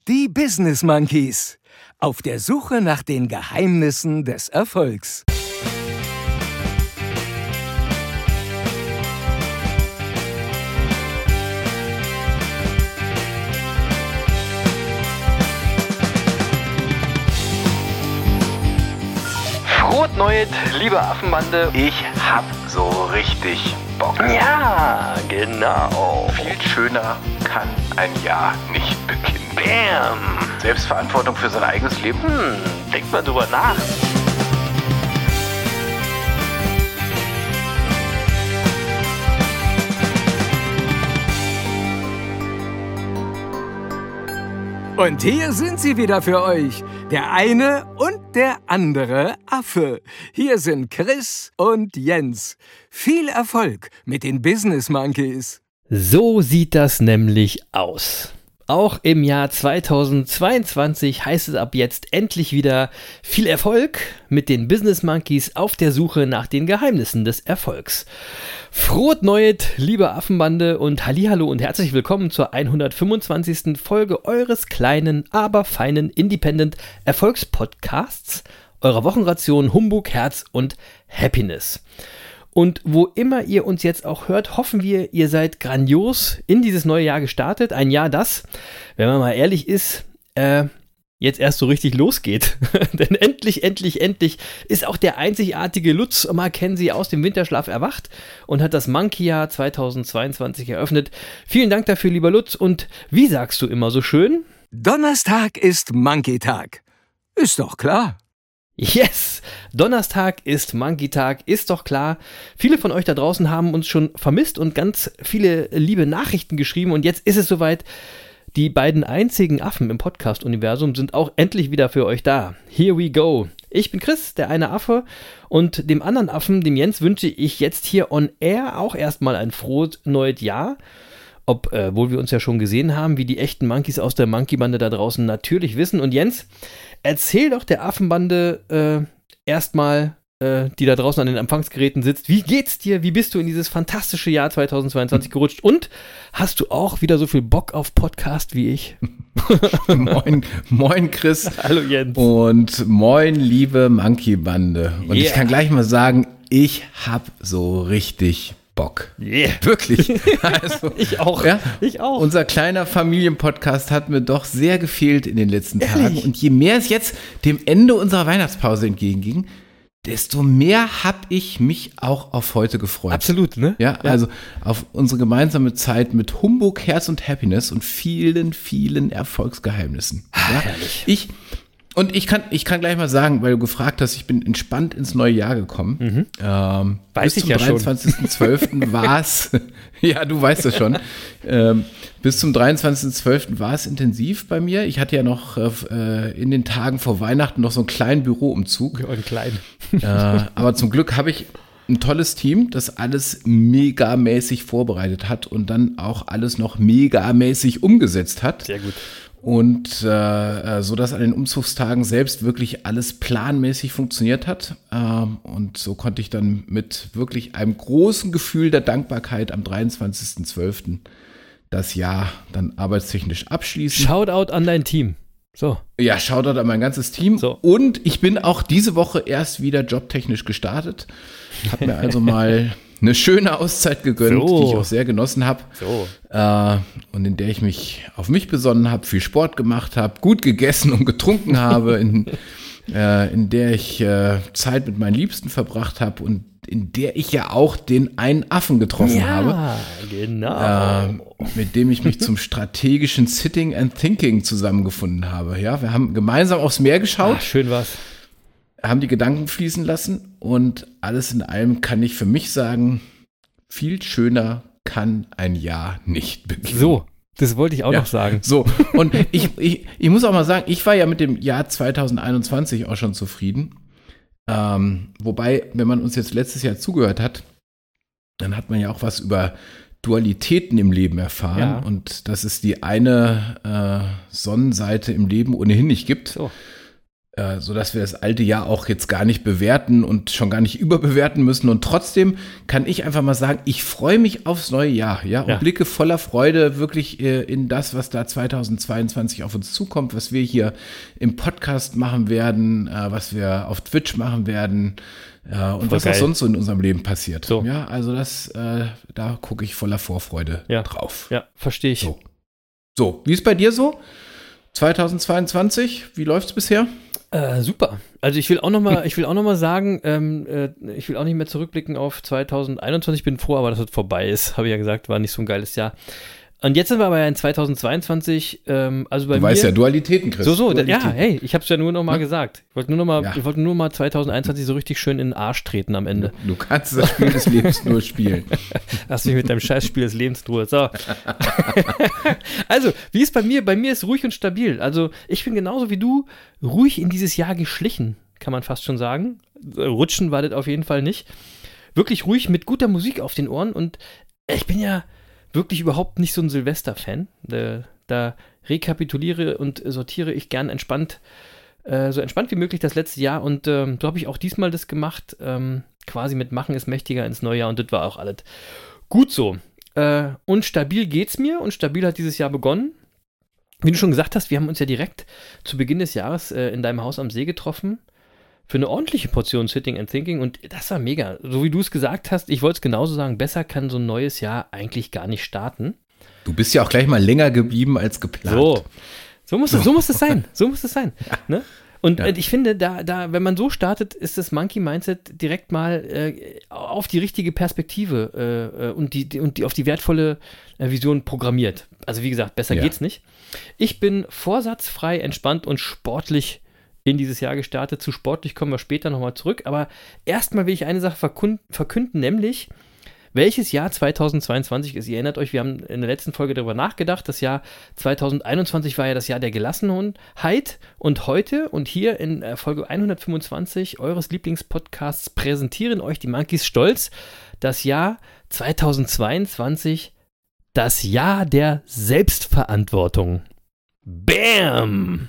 Die Business Monkeys. Auf der Suche nach den Geheimnissen des Erfolgs. Frohes Neues, liebe Affenbande. Ich hab so richtig Bock. Ja, genau. Viel schöner kann ein Jahr nicht beginnen. Bam. Selbstverantwortung für sein eigenes Leben. Denkt mal drüber nach. Und hier sind sie wieder für euch. Der eine und der andere Affe. Hier sind Chris und Jens. Viel Erfolg mit den Business Monkeys. So sieht das nämlich aus. Auch im Jahr 2022 heißt es ab jetzt endlich wieder viel Erfolg mit den Business Monkeys auf der Suche nach den Geheimnissen des Erfolgs. Frohes Neues, liebe Affenbande, und Hallihallo und herzlich willkommen zur 125. Folge eures kleinen, aber feinen Independent Erfolgspodcasts, eurer Wochenration Humbug, Herz und Happiness. Und wo immer ihr uns jetzt auch hört, hoffen wir, ihr seid grandios in dieses neue Jahr gestartet. Ein Jahr, das, wenn man mal ehrlich ist, jetzt erst so richtig losgeht. Denn endlich ist auch der einzigartige Lutz Mackenzie aus dem Winterschlaf erwacht und hat das Monkey-Jahr 2022 eröffnet. Vielen Dank dafür, lieber Lutz. Und wie sagst du immer so schön? Donnerstag ist Monkey-Tag. Ist doch klar. Yes! Donnerstag ist Monkey-Tag, ist doch klar. Viele von euch da draußen haben uns schon vermisst und ganz viele liebe Nachrichten geschrieben. Und jetzt ist es soweit. Die beiden einzigen Affen im Podcast-Universum sind auch endlich wieder für euch da. Here we go. Ich bin Chris, der eine Affe, und dem anderen Affen, dem Jens, wünsche ich jetzt hier on air auch erstmal ein frohes neues Jahr. Obwohl wir uns ja schon gesehen haben, wie die echten Monkeys aus der Monkey-Bande da draußen natürlich wissen. Und Jens, erzähl doch der Affenbande erstmal, die da draußen an den Empfangsgeräten sitzt, wie geht's dir? Wie bist du in dieses fantastische Jahr 2022 gerutscht? Und hast du auch wieder so viel Bock auf Podcast wie ich? Moin Chris. Hallo Jens. Und moin liebe Monkey-Bande. Und Ich kann gleich mal sagen, ich hab so richtig Bock. Yeah. Wirklich. Also, ich auch. Ja, ich auch. Unser kleiner Familienpodcast hat mir doch sehr gefehlt in den letzten Tagen. Und je mehr es jetzt dem Ende unserer Weihnachtspause entgegenging, desto mehr habe ich mich auch auf heute gefreut. Absolut, ne? Ja, also auf unsere gemeinsame Zeit mit Humbug, Herz und Happiness und vielen, vielen Erfolgsgeheimnissen. Ja, herrlich. Ich kann gleich mal sagen, weil du gefragt hast, ich bin entspannt ins neue Jahr gekommen. Weiß ich ja schon. Bis zum 23.12. war es, ja, du weißt das schon, bis zum 23.12. war es intensiv bei mir. Ich hatte ja noch in den Tagen vor Weihnachten noch so einen kleinen Büroumzug. Ja, einen kleinen. Aber zum Glück habe ich ein tolles Team, das alles megamäßig vorbereitet hat und dann auch alles noch megamäßig umgesetzt hat. Sehr gut. Und so dass an den Umzugstagen selbst wirklich alles planmäßig funktioniert hat. Und so konnte ich dann mit wirklich einem großen Gefühl der Dankbarkeit am 23.12. das Jahr dann arbeitstechnisch abschließen. Shoutout an dein Team. So. Ja, Shoutout an mein ganzes Team. So. Und ich bin auch diese Woche erst wieder jobtechnisch gestartet. Hab mir also mal eine schöne Auszeit gegönnt, die ich auch sehr genossen habe. Und in der ich mich auf mich besonnen habe, viel Sport gemacht habe, gut gegessen und getrunken habe, in der ich Zeit mit meinen Liebsten verbracht habe und in der ich ja auch den einen Affen getroffen habe. Ja, genau. Mit dem ich mich zum strategischen Sitting and Thinking zusammengefunden habe. Ja, wir haben gemeinsam aufs Meer geschaut. Ach, schön was. Haben die Gedanken fließen lassen und alles in allem kann ich für mich sagen, viel schöner kann ein Jahr nicht beginnen. So, das wollte ich auch noch sagen. So, und ich muss auch mal sagen, ich war ja mit dem Jahr 2021 auch schon zufrieden. Wobei, wenn man uns jetzt letztes Jahr zugehört hat, dann hat man ja auch was über Dualitäten im Leben erfahren und dass es die eine Sonnenseite im Leben ohnehin nicht gibt. So. sodass wir das alte Jahr auch jetzt gar nicht bewerten und schon gar nicht überbewerten müssen. Und trotzdem kann ich einfach mal sagen, ich freue mich aufs neue Jahr, ja, und blicke voller Freude wirklich in das, was da 2022 auf uns zukommt, was wir hier im Podcast machen werden, was wir auf Twitch machen werden, und was auch sonst so in unserem Leben passiert. So. Ja, also da gucke ich voller Vorfreude drauf. Ja, verstehe ich. So, wie ist bei dir so? 2022, wie läuft's bisher? Super. Also ich will auch noch mal sagen, ich will auch nicht mehr zurückblicken auf 2021. Ich bin froh, aber dass es vorbei ist. Habe ich ja gesagt, war nicht so ein geiles Jahr. Und jetzt sind wir aber ja in 2022. Also bei du mir, weißt ja, Dualitäten, Chris. Hey, ich habe es ja nur noch mal gesagt. Ich wollte nur mal 2021 so richtig schön in den Arsch treten am Ende. Du kannst das Spiel des Lebens nur spielen. Lass mich mit deinem Scheißspiel des Lebens Ruhe. So. Also, wie ist bei mir? Bei mir ist ruhig und stabil. Also, ich bin genauso wie du ruhig in dieses Jahr geschlichen, kann man fast schon sagen. Rutschen war das auf jeden Fall nicht. Wirklich ruhig mit guter Musik auf den Ohren. Und ich bin ja wirklich überhaupt nicht so ein Silvester-Fan. Da rekapituliere und sortiere ich gern entspannt, so entspannt wie möglich das letzte Jahr. Und so habe ich auch diesmal das gemacht, quasi mit Machen ist mächtiger ins neue Jahr. Und das war auch alles gut so. Und stabil geht's mir und stabil hat dieses Jahr begonnen. Wie du schon gesagt hast, wir haben uns ja direkt zu Beginn des Jahres in deinem Haus am See getroffen für eine ordentliche Portion Sitting and Thinking und das war mega. So wie du es gesagt hast, ich wollte es genauso sagen, besser kann so ein neues Jahr eigentlich gar nicht starten. Du bist ja auch gleich mal länger geblieben als geplant. So muss es sein. So muss es sein. Ja. Ne? Und ich finde, wenn man so startet, ist das Monkey Mindset direkt mal auf die richtige Perspektive und auf die wertvolle Vision programmiert. Also wie gesagt, besser geht's nicht. Ich bin vorsatzfrei, entspannt und sportlich in dieses Jahr gestartet. Zu sportlich kommen wir später nochmal zurück. Aber erstmal will ich eine Sache verkünden, nämlich welches Jahr 2022 ist. Ihr erinnert euch, wir haben in der letzten Folge darüber nachgedacht. Das Jahr 2021 war ja das Jahr der Gelassenheit. Und heute und hier in Folge 125 eures Lieblingspodcasts präsentieren euch die Monkeys stolz das Jahr 2022, das Jahr der Selbstverantwortung. Bam!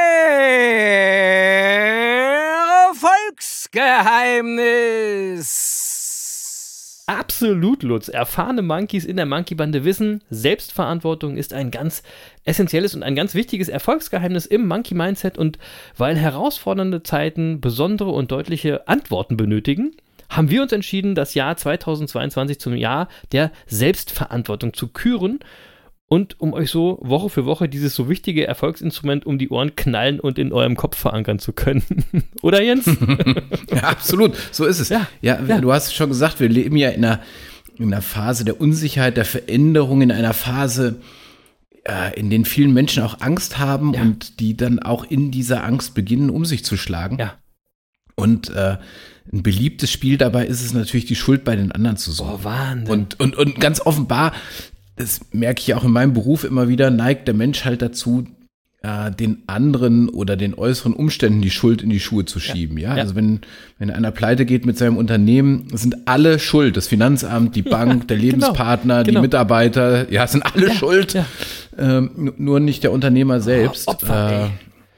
Erfolgsgeheimnis! Absolut, Lutz. Erfahrene Monkeys in der Monkey-Bande wissen, Selbstverantwortung ist ein ganz essentielles und ein ganz wichtiges Erfolgsgeheimnis im Monkey-Mindset und weil herausfordernde Zeiten besondere und deutliche Antworten benötigen, haben wir uns entschieden, das Jahr 2022 zum Jahr der Selbstverantwortung zu küren und um euch so Woche für Woche dieses so wichtige Erfolgsinstrument um die Ohren knallen und in eurem Kopf verankern zu können. Oder, Jens? Ja, absolut. So ist es. Ja, du hast schon gesagt, wir leben ja in einer Phase der Unsicherheit, der Veränderung, in einer Phase, in denen vielen Menschen auch Angst haben und die dann auch in dieser Angst beginnen, um sich zu schlagen. Ja. Und ein beliebtes Spiel dabei ist es natürlich, die Schuld bei den anderen zu suchen. Oh, Wahnsinn. Und ganz offenbar, das merke ich auch in meinem Beruf immer wieder, neigt der Mensch halt dazu, den anderen oder den äußeren Umständen die Schuld in die Schuhe zu schieben. Ja. Also wenn einer pleite geht mit seinem Unternehmen, sind alle schuld. Das Finanzamt, die Bank, der Lebenspartner, die Mitarbeiter, sind alle schuld. Ja. Nur nicht der Unternehmer selbst. Opfer,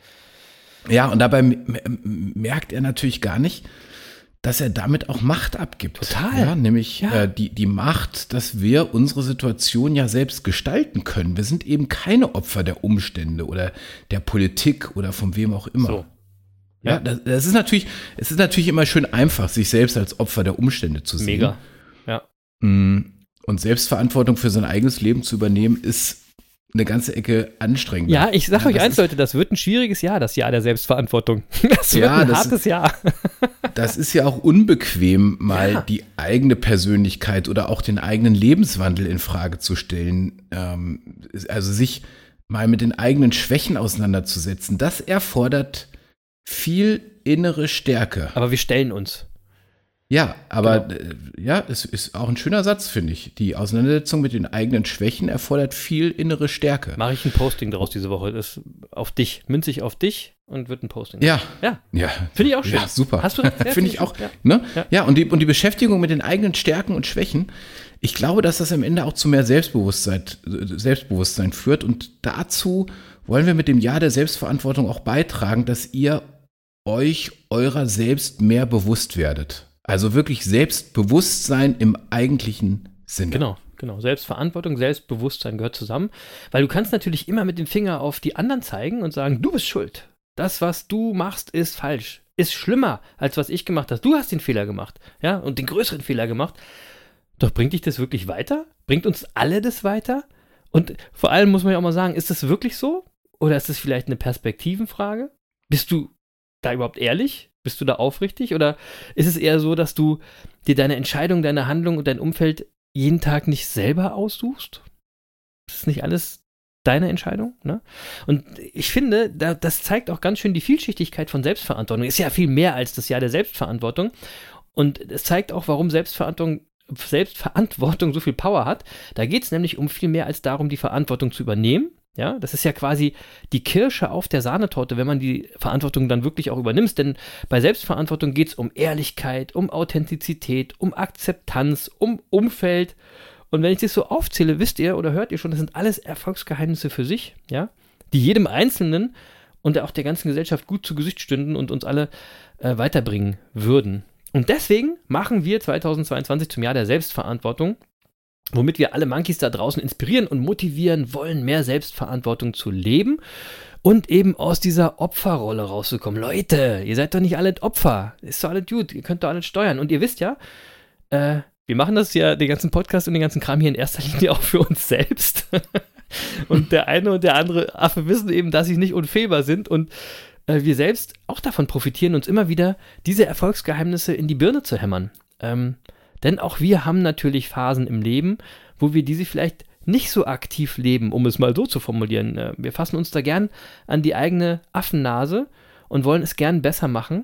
und dabei merkt er natürlich gar nicht, dass er damit auch Macht abgibt. Total. Ja, nämlich die Macht, dass wir unsere Situation ja selbst gestalten können. Wir sind eben keine Opfer der Umstände oder der Politik oder von wem auch immer. So. Ja, es ist natürlich immer schön einfach, sich selbst als Opfer der Umstände zu sehen. Mega. Ja. Und Selbstverantwortung für sein eigenes Leben zu übernehmen, ist eine ganze Ecke anstrengender. Ja, ich sage euch eins, Leute, das wird ein schwieriges Jahr, das Jahr der Selbstverantwortung. Das wird ein hartes Jahr. Das ist ja auch unbequem, mal die eigene Persönlichkeit oder auch den eigenen Lebenswandel in Frage zu stellen. Also sich mal mit den eigenen Schwächen auseinanderzusetzen, das erfordert viel innere Stärke. Aber wir stellen uns. Ja, aber es ist auch ein schöner Satz, finde ich. Die Auseinandersetzung mit den eigenen Schwächen erfordert viel innere Stärke. Mache ich ein Posting daraus diese Woche. Das auf dich, münze ich auf dich und wird ein Posting. Ja. Finde ich auch schön. Ja, super. Hast du das? Finde ich auch. Ne? Ja, und die Beschäftigung mit den eigenen Stärken und Schwächen, ich glaube, dass das am Ende auch zu mehr Selbstbewusstsein führt. Und dazu wollen wir mit dem Jahr der Selbstverantwortung auch beitragen, dass ihr euch eurer selbst mehr bewusst werdet. Also wirklich Selbstbewusstsein im eigentlichen Sinne. Genau. Selbstverantwortung, Selbstbewusstsein gehört zusammen. Weil du kannst natürlich immer mit dem Finger auf die anderen zeigen und sagen, du bist schuld. Das, was du machst, ist falsch. Ist schlimmer, als was ich gemacht habe. Du hast den Fehler gemacht. Ja, und den größeren Fehler gemacht. Doch bringt dich das wirklich weiter? Bringt uns alle das weiter? Und vor allem muss man ja auch mal sagen, ist das wirklich so? Oder ist das vielleicht eine Perspektivenfrage? Bist du da überhaupt ehrlich? Bist du da aufrichtig? Oder ist es eher so, dass du dir deine Entscheidung, deine Handlung und dein Umfeld jeden Tag nicht selber aussuchst? Das ist nicht alles deine Entscheidung, ne? Und ich finde, das zeigt auch ganz schön die Vielschichtigkeit von Selbstverantwortung. Ist ja viel mehr als das Jahr der Selbstverantwortung. Und es zeigt auch, warum Selbstverantwortung so viel Power hat. Da geht es nämlich um viel mehr als darum, die Verantwortung zu übernehmen. Ja, das ist ja quasi die Kirsche auf der Sahnetorte, wenn man die Verantwortung dann wirklich auch übernimmt. Denn bei Selbstverantwortung geht es um Ehrlichkeit, um Authentizität, um Akzeptanz, um Umfeld. Und wenn ich das so aufzähle, wisst ihr oder hört ihr schon, das sind alles Erfolgsgeheimnisse für sich, ja, die jedem Einzelnen und auch der ganzen Gesellschaft gut zu Gesicht stünden und uns alle weiterbringen würden. Und deswegen machen wir 2022 zum Jahr der Selbstverantwortung, womit wir alle Monkeys da draußen inspirieren und motivieren wollen, mehr Selbstverantwortung zu leben und eben aus dieser Opferrolle rauszukommen. Leute, ihr seid doch nicht alle Opfer. Ist doch alles gut, ihr könnt doch alles steuern. Und ihr wisst ja, wir machen das ja, den ganzen Podcast und den ganzen Kram hier in erster Linie auch für uns selbst. Und der eine und der andere Affe wissen eben, dass sie nicht unfehlbar sind und wir selbst auch davon profitieren, uns immer wieder diese Erfolgsgeheimnisse in die Birne zu hämmern. Denn auch wir haben natürlich Phasen im Leben, wo wir diese vielleicht nicht so aktiv leben, um es mal so zu formulieren. Wir fassen uns da gern an die eigene Affennase und wollen es gern besser machen.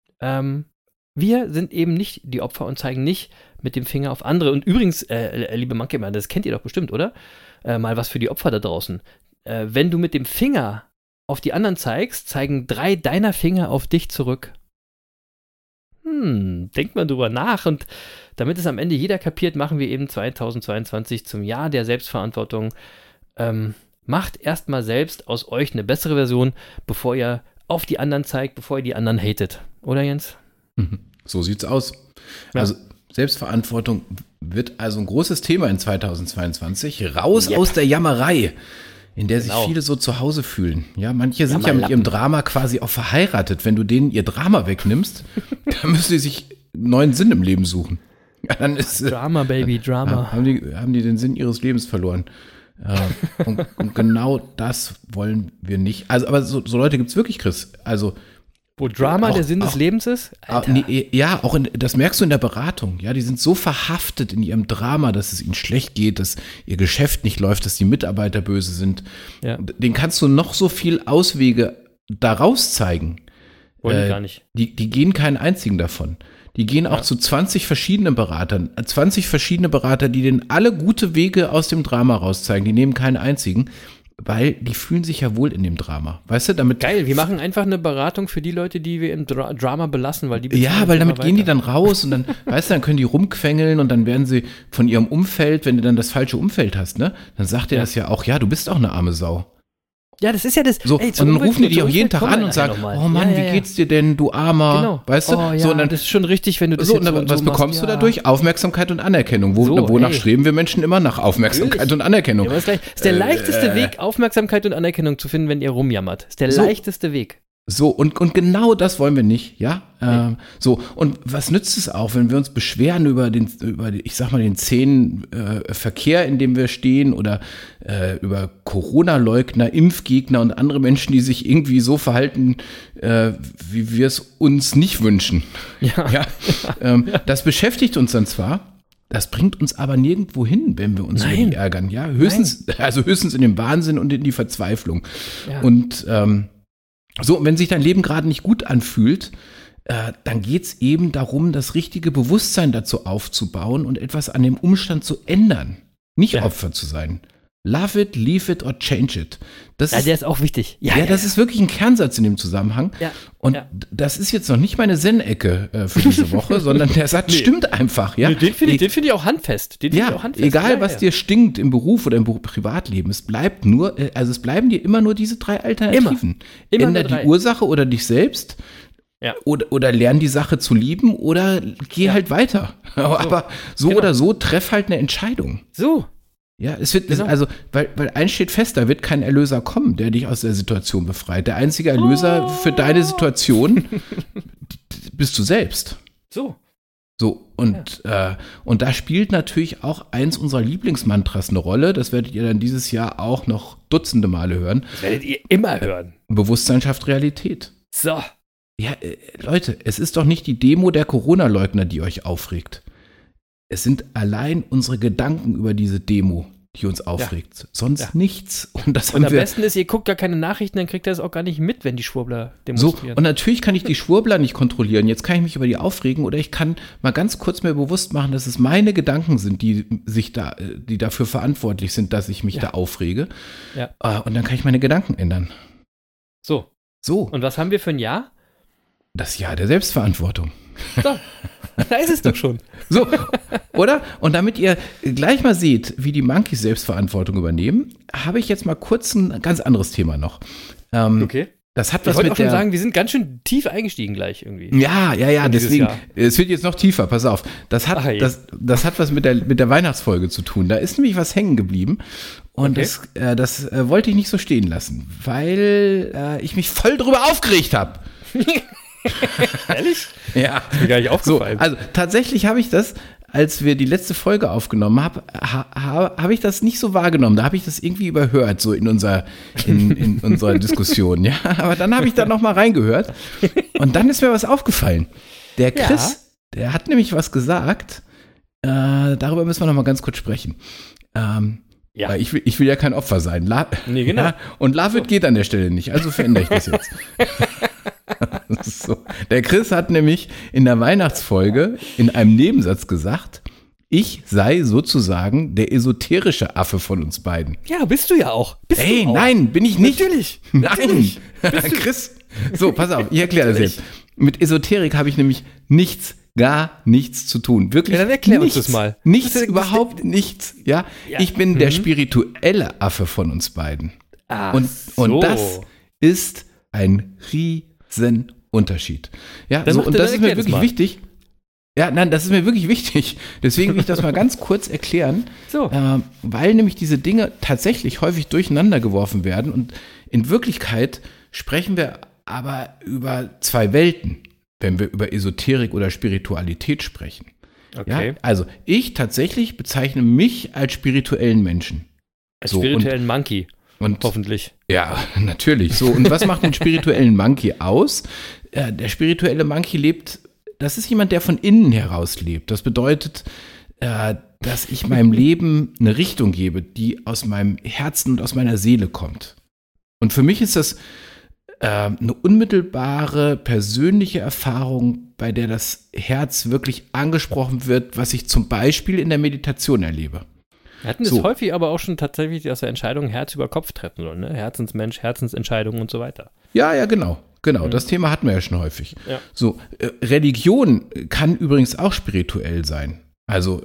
Wir sind eben nicht die Opfer und zeigen nicht mit dem Finger auf andere. Und übrigens, liebe Monkey Man, das kennt ihr doch bestimmt, oder? Mal was für die Opfer da draußen. Wenn du mit dem Finger auf die anderen zeigst, zeigen 3 deiner Finger auf dich zurück. Denkt mal drüber nach. Und damit es am Ende jeder kapiert, machen wir eben 2022 zum Jahr der Selbstverantwortung. Macht erstmal selbst aus euch eine bessere Version, bevor ihr auf die anderen zeigt, bevor ihr die anderen hatet. Oder Jens? So sieht's aus. Ja. Also Selbstverantwortung wird also ein großes Thema in 2022. Raus aus der Jammerei, in der sich viele so zu Hause fühlen. Ja, manche sind ja mit ihrem Drama quasi auch verheiratet. Wenn du denen ihr Drama wegnimmst, dann müssen sie sich einen neuen Sinn im Leben suchen. Ja, dann ist, Drama, Baby, Drama. Haben die den Sinn ihres Lebens verloren. Und genau das wollen wir nicht. Also, aber so Leute gibt es wirklich, Chris. Also wo Drama der Sinn des Lebens ist? Das merkst du in der Beratung. Ja, die sind so verhaftet in ihrem Drama, dass es ihnen schlecht geht, dass ihr Geschäft nicht läuft, dass die Mitarbeiter böse sind. Ja. Den kannst du noch so viel Auswege daraus zeigen. Wollen die gar nicht. Die gehen keinen einzigen davon. Die gehen auch zu 20 verschiedenen Beratern. 20 verschiedene Berater, die denen alle gute Wege aus dem Drama rauszeigen. Die nehmen keinen einzigen. Weil die fühlen sich ja wohl in dem Drama. Weißt du, damit. Geil, wir machen einfach eine Beratung für die Leute, die wir im Drama belassen, weil die. Ja, weil damit gehen die dann raus und dann, weißt du, dann können die rumquengeln und dann werden sie von ihrem Umfeld, wenn du dann das falsche Umfeld hast, ne, dann sagt dir das ja auch, ja, du bist auch eine arme Sau. Ja, das ist ja das. So, und dann rufen die dich auch jeden Tag an und sagen, oh Mann, wie geht's dir denn, du Armer? Genau. Weißt du? Oh, so, und dann, das ist schon richtig, wenn du das so, und dann, was bekommst du dadurch? Aufmerksamkeit und Anerkennung. Wonach streben wir Menschen immer? Nach Aufmerksamkeit und Anerkennung. Ja, das ist der leichteste Weg, Aufmerksamkeit und Anerkennung zu finden, wenn ihr rumjammert. Das ist der leichteste Weg. So, und genau das wollen wir nicht, ja? So, und was nützt es auch, wenn wir uns beschweren über ich sag mal, den zähen Verkehr, in dem wir stehen oder über Corona-Leugner, Impfgegner und andere Menschen, die sich irgendwie so verhalten, wie wir es uns nicht wünschen. Ja. Das beschäftigt uns dann zwar, das bringt uns aber nirgendwo hin, wenn wir uns über die ärgern, ja? Höchstens in den Wahnsinn und in die Verzweiflung. Ja. Und so, wenn sich dein Leben gerade nicht gut anfühlt, dann geht es eben darum, das richtige Bewusstsein dazu aufzubauen und etwas an dem Umstand zu ändern. Nicht Opfer zu sein. Love it, leave it or change it. Der ist auch wichtig. Das ist wirklich ein Kernsatz in dem Zusammenhang. Ja. Und das ist jetzt noch nicht meine Zen-Ecke für diese Woche, sondern der Satz stimmt einfach. Ja? Den finde ich auch handfest. Egal was dir stinkt im Beruf oder im Privatleben, es bleiben dir immer nur diese 3 Alternativen. Immer Änder die Ursache oder dich selbst Ja. Oder lern die Sache zu lieben oder geh halt weiter. Aber so oder so, treff halt eine Entscheidung. So. Ja, weil eins steht fest, da wird kein Erlöser kommen, der dich aus der Situation befreit. Der einzige Erlöser für deine Situation bist du selbst. So. So, und da spielt natürlich auch eins unserer Lieblingsmantras eine Rolle. Das werdet ihr dann dieses Jahr auch noch dutzende Male hören. Das werdet ihr immer hören. Bewusstsein schafft Realität. So. Ja, Leute, es ist doch nicht die Demo der Corona-Leugner, die euch aufregt. Es sind allein unsere Gedanken über diese Demo, die uns aufregt. Sonst nichts. Und am besten ist, ihr guckt gar keine Nachrichten, dann kriegt ihr das auch gar nicht mit, wenn die Schwurbler demonstrieren. So, und natürlich kann ich die Schwurbler nicht kontrollieren. Jetzt kann ich mich über die aufregen oder ich kann mal ganz kurz mir bewusst machen, dass es meine Gedanken sind, die dafür verantwortlich sind, dass ich mich da aufrege. Ja. Und dann kann ich meine Gedanken ändern. So. Und was haben wir für ein Jahr? Das Jahr der Selbstverantwortung. So, da ist es doch schon. So, oder? Und damit ihr gleich mal seht, wie die Monkeys Selbstverantwortung übernehmen, habe ich jetzt mal kurz ein ganz anderes Thema noch. Okay. Das hat was ich wollte auch schon sagen, wir sind ganz schön tief eingestiegen gleich irgendwie. Ja, deswegen, es wird jetzt noch tiefer, pass auf. Das hat was mit der Weihnachtsfolge zu tun. Da ist nämlich was hängen geblieben und das wollte ich nicht so stehen lassen, weil ich mich voll drüber aufgeregt habe. Ehrlich? Ja. Ist mir gar nicht aufgefallen. So, also tatsächlich habe ich das, als wir die letzte Folge aufgenommen haben, habe ich das nicht so wahrgenommen. Da habe ich das irgendwie überhört, so in unserer Diskussion. Ja, aber dann habe ich da noch mal reingehört und dann ist mir was aufgefallen. Der Chris, der hat nämlich was gesagt. Darüber müssen wir noch mal ganz kurz sprechen. Weil ich will ja kein Opfer sein. Nee, genau. Ja, und Lavid geht an der Stelle nicht, also verändere ich das jetzt. So. Der Chris hat nämlich in der Weihnachtsfolge in einem Nebensatz gesagt, ich sei sozusagen der esoterische Affe von uns beiden. Ja, bist du ja auch. Nein, bin ich nicht. Natürlich. Nein, Chris. So, pass auf, ich erkläre das jetzt. Mit Esoterik habe ich nämlich gar nichts zu tun. Wirklich. Ja, dann erklär uns das mal. Nichts, überhaupt nichts. Ja, ich bin der spirituelle Affe von uns beiden. Und das ist ein Riesenunterschied. Ja, so, und das ist mir wirklich wichtig. Ja, nein, das ist mir wirklich wichtig. Deswegen will ich das mal ganz kurz erklären. So. Weil nämlich diese Dinge tatsächlich häufig durcheinander geworfen werden. Und in Wirklichkeit sprechen wir aber über zwei Welten, wenn wir über Esoterik oder Spiritualität sprechen. Okay. Ja, also ich tatsächlich bezeichne mich als spirituellen Menschen. Als spirituellen Monkey. Und hoffentlich. Ja, natürlich. So, und was macht den spirituellen Monkey aus? Der spirituelle Monkey das ist jemand, der von innen heraus lebt. Das bedeutet, dass ich meinem Leben eine Richtung gebe, die aus meinem Herzen und aus meiner Seele kommt. Und für mich ist das eine unmittelbare persönliche Erfahrung, bei der das Herz wirklich angesprochen wird, was ich zum Beispiel in der Meditation erlebe. Wir hatten das häufig aber auch schon tatsächlich aus der Entscheidung Herz über Kopf treffen sollen, ne? Herzensmensch, Herzensentscheidung und so weiter. Ja, genau. Das Thema hatten wir ja schon häufig. Ja. So, Religion kann übrigens auch spirituell sein. Also,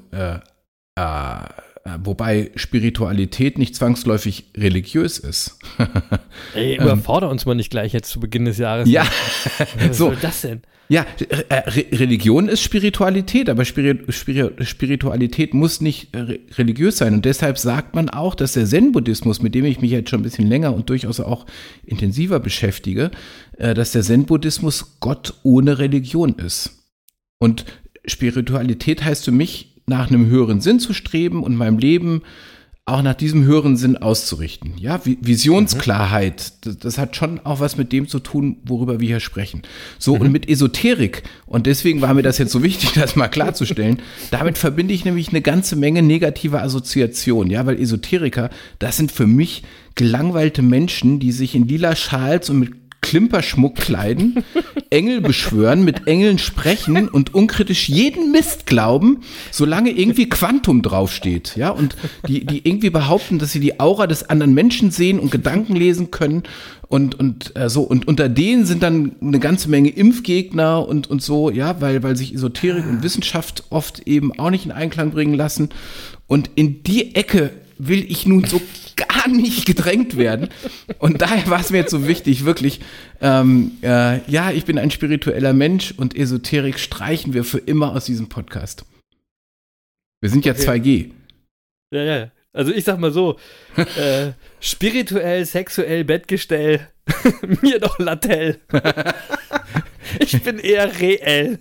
wobei Spiritualität nicht zwangsläufig religiös ist. Ey, überfordere uns mal nicht gleich jetzt zu Beginn des Jahres. Ja. Was soll das denn? Ja, Religion ist Spiritualität, aber Spiritualität muss nicht religiös sein. Und deshalb sagt man auch, dass der Zen-Buddhismus, mit dem ich mich jetzt schon ein bisschen länger und durchaus auch intensiver beschäftige, dass der Zen-Buddhismus Gott ohne Religion ist. Und Spiritualität heißt für mich, nach einem höheren Sinn zu streben und meinem Leben auch nach diesem höheren Sinn auszurichten. Ja, Visionsklarheit, das hat schon auch was mit dem zu tun, worüber wir hier sprechen. So, und mit Esoterik, und deswegen war mir das jetzt so wichtig, das mal klarzustellen, damit verbinde ich nämlich eine ganze Menge negativer Assoziationen, ja, weil Esoteriker, das sind für mich gelangweilte Menschen, die sich in lila Schals und mit Klimperschmuck kleiden, Engel beschwören, mit Engeln sprechen und unkritisch jeden Mist glauben, solange irgendwie Quantum draufsteht, ja, und die irgendwie behaupten, dass sie die Aura des anderen Menschen sehen und Gedanken lesen können und unter denen sind dann eine ganze Menge Impfgegner und so, ja, weil sich Esoterik und Wissenschaft oft eben auch nicht in Einklang bringen lassen, und in die Ecke will ich nun so gar nicht gedrängt werden. Und daher war es mir jetzt so wichtig, wirklich, ja, ich bin ein spiritueller Mensch und Esoterik streichen wir für immer aus diesem Podcast. Wir sind ja 2G. Ja. Also ich sag mal so, spirituell, sexuell, Bettgestell, mir doch Latell. Ich bin eher reell.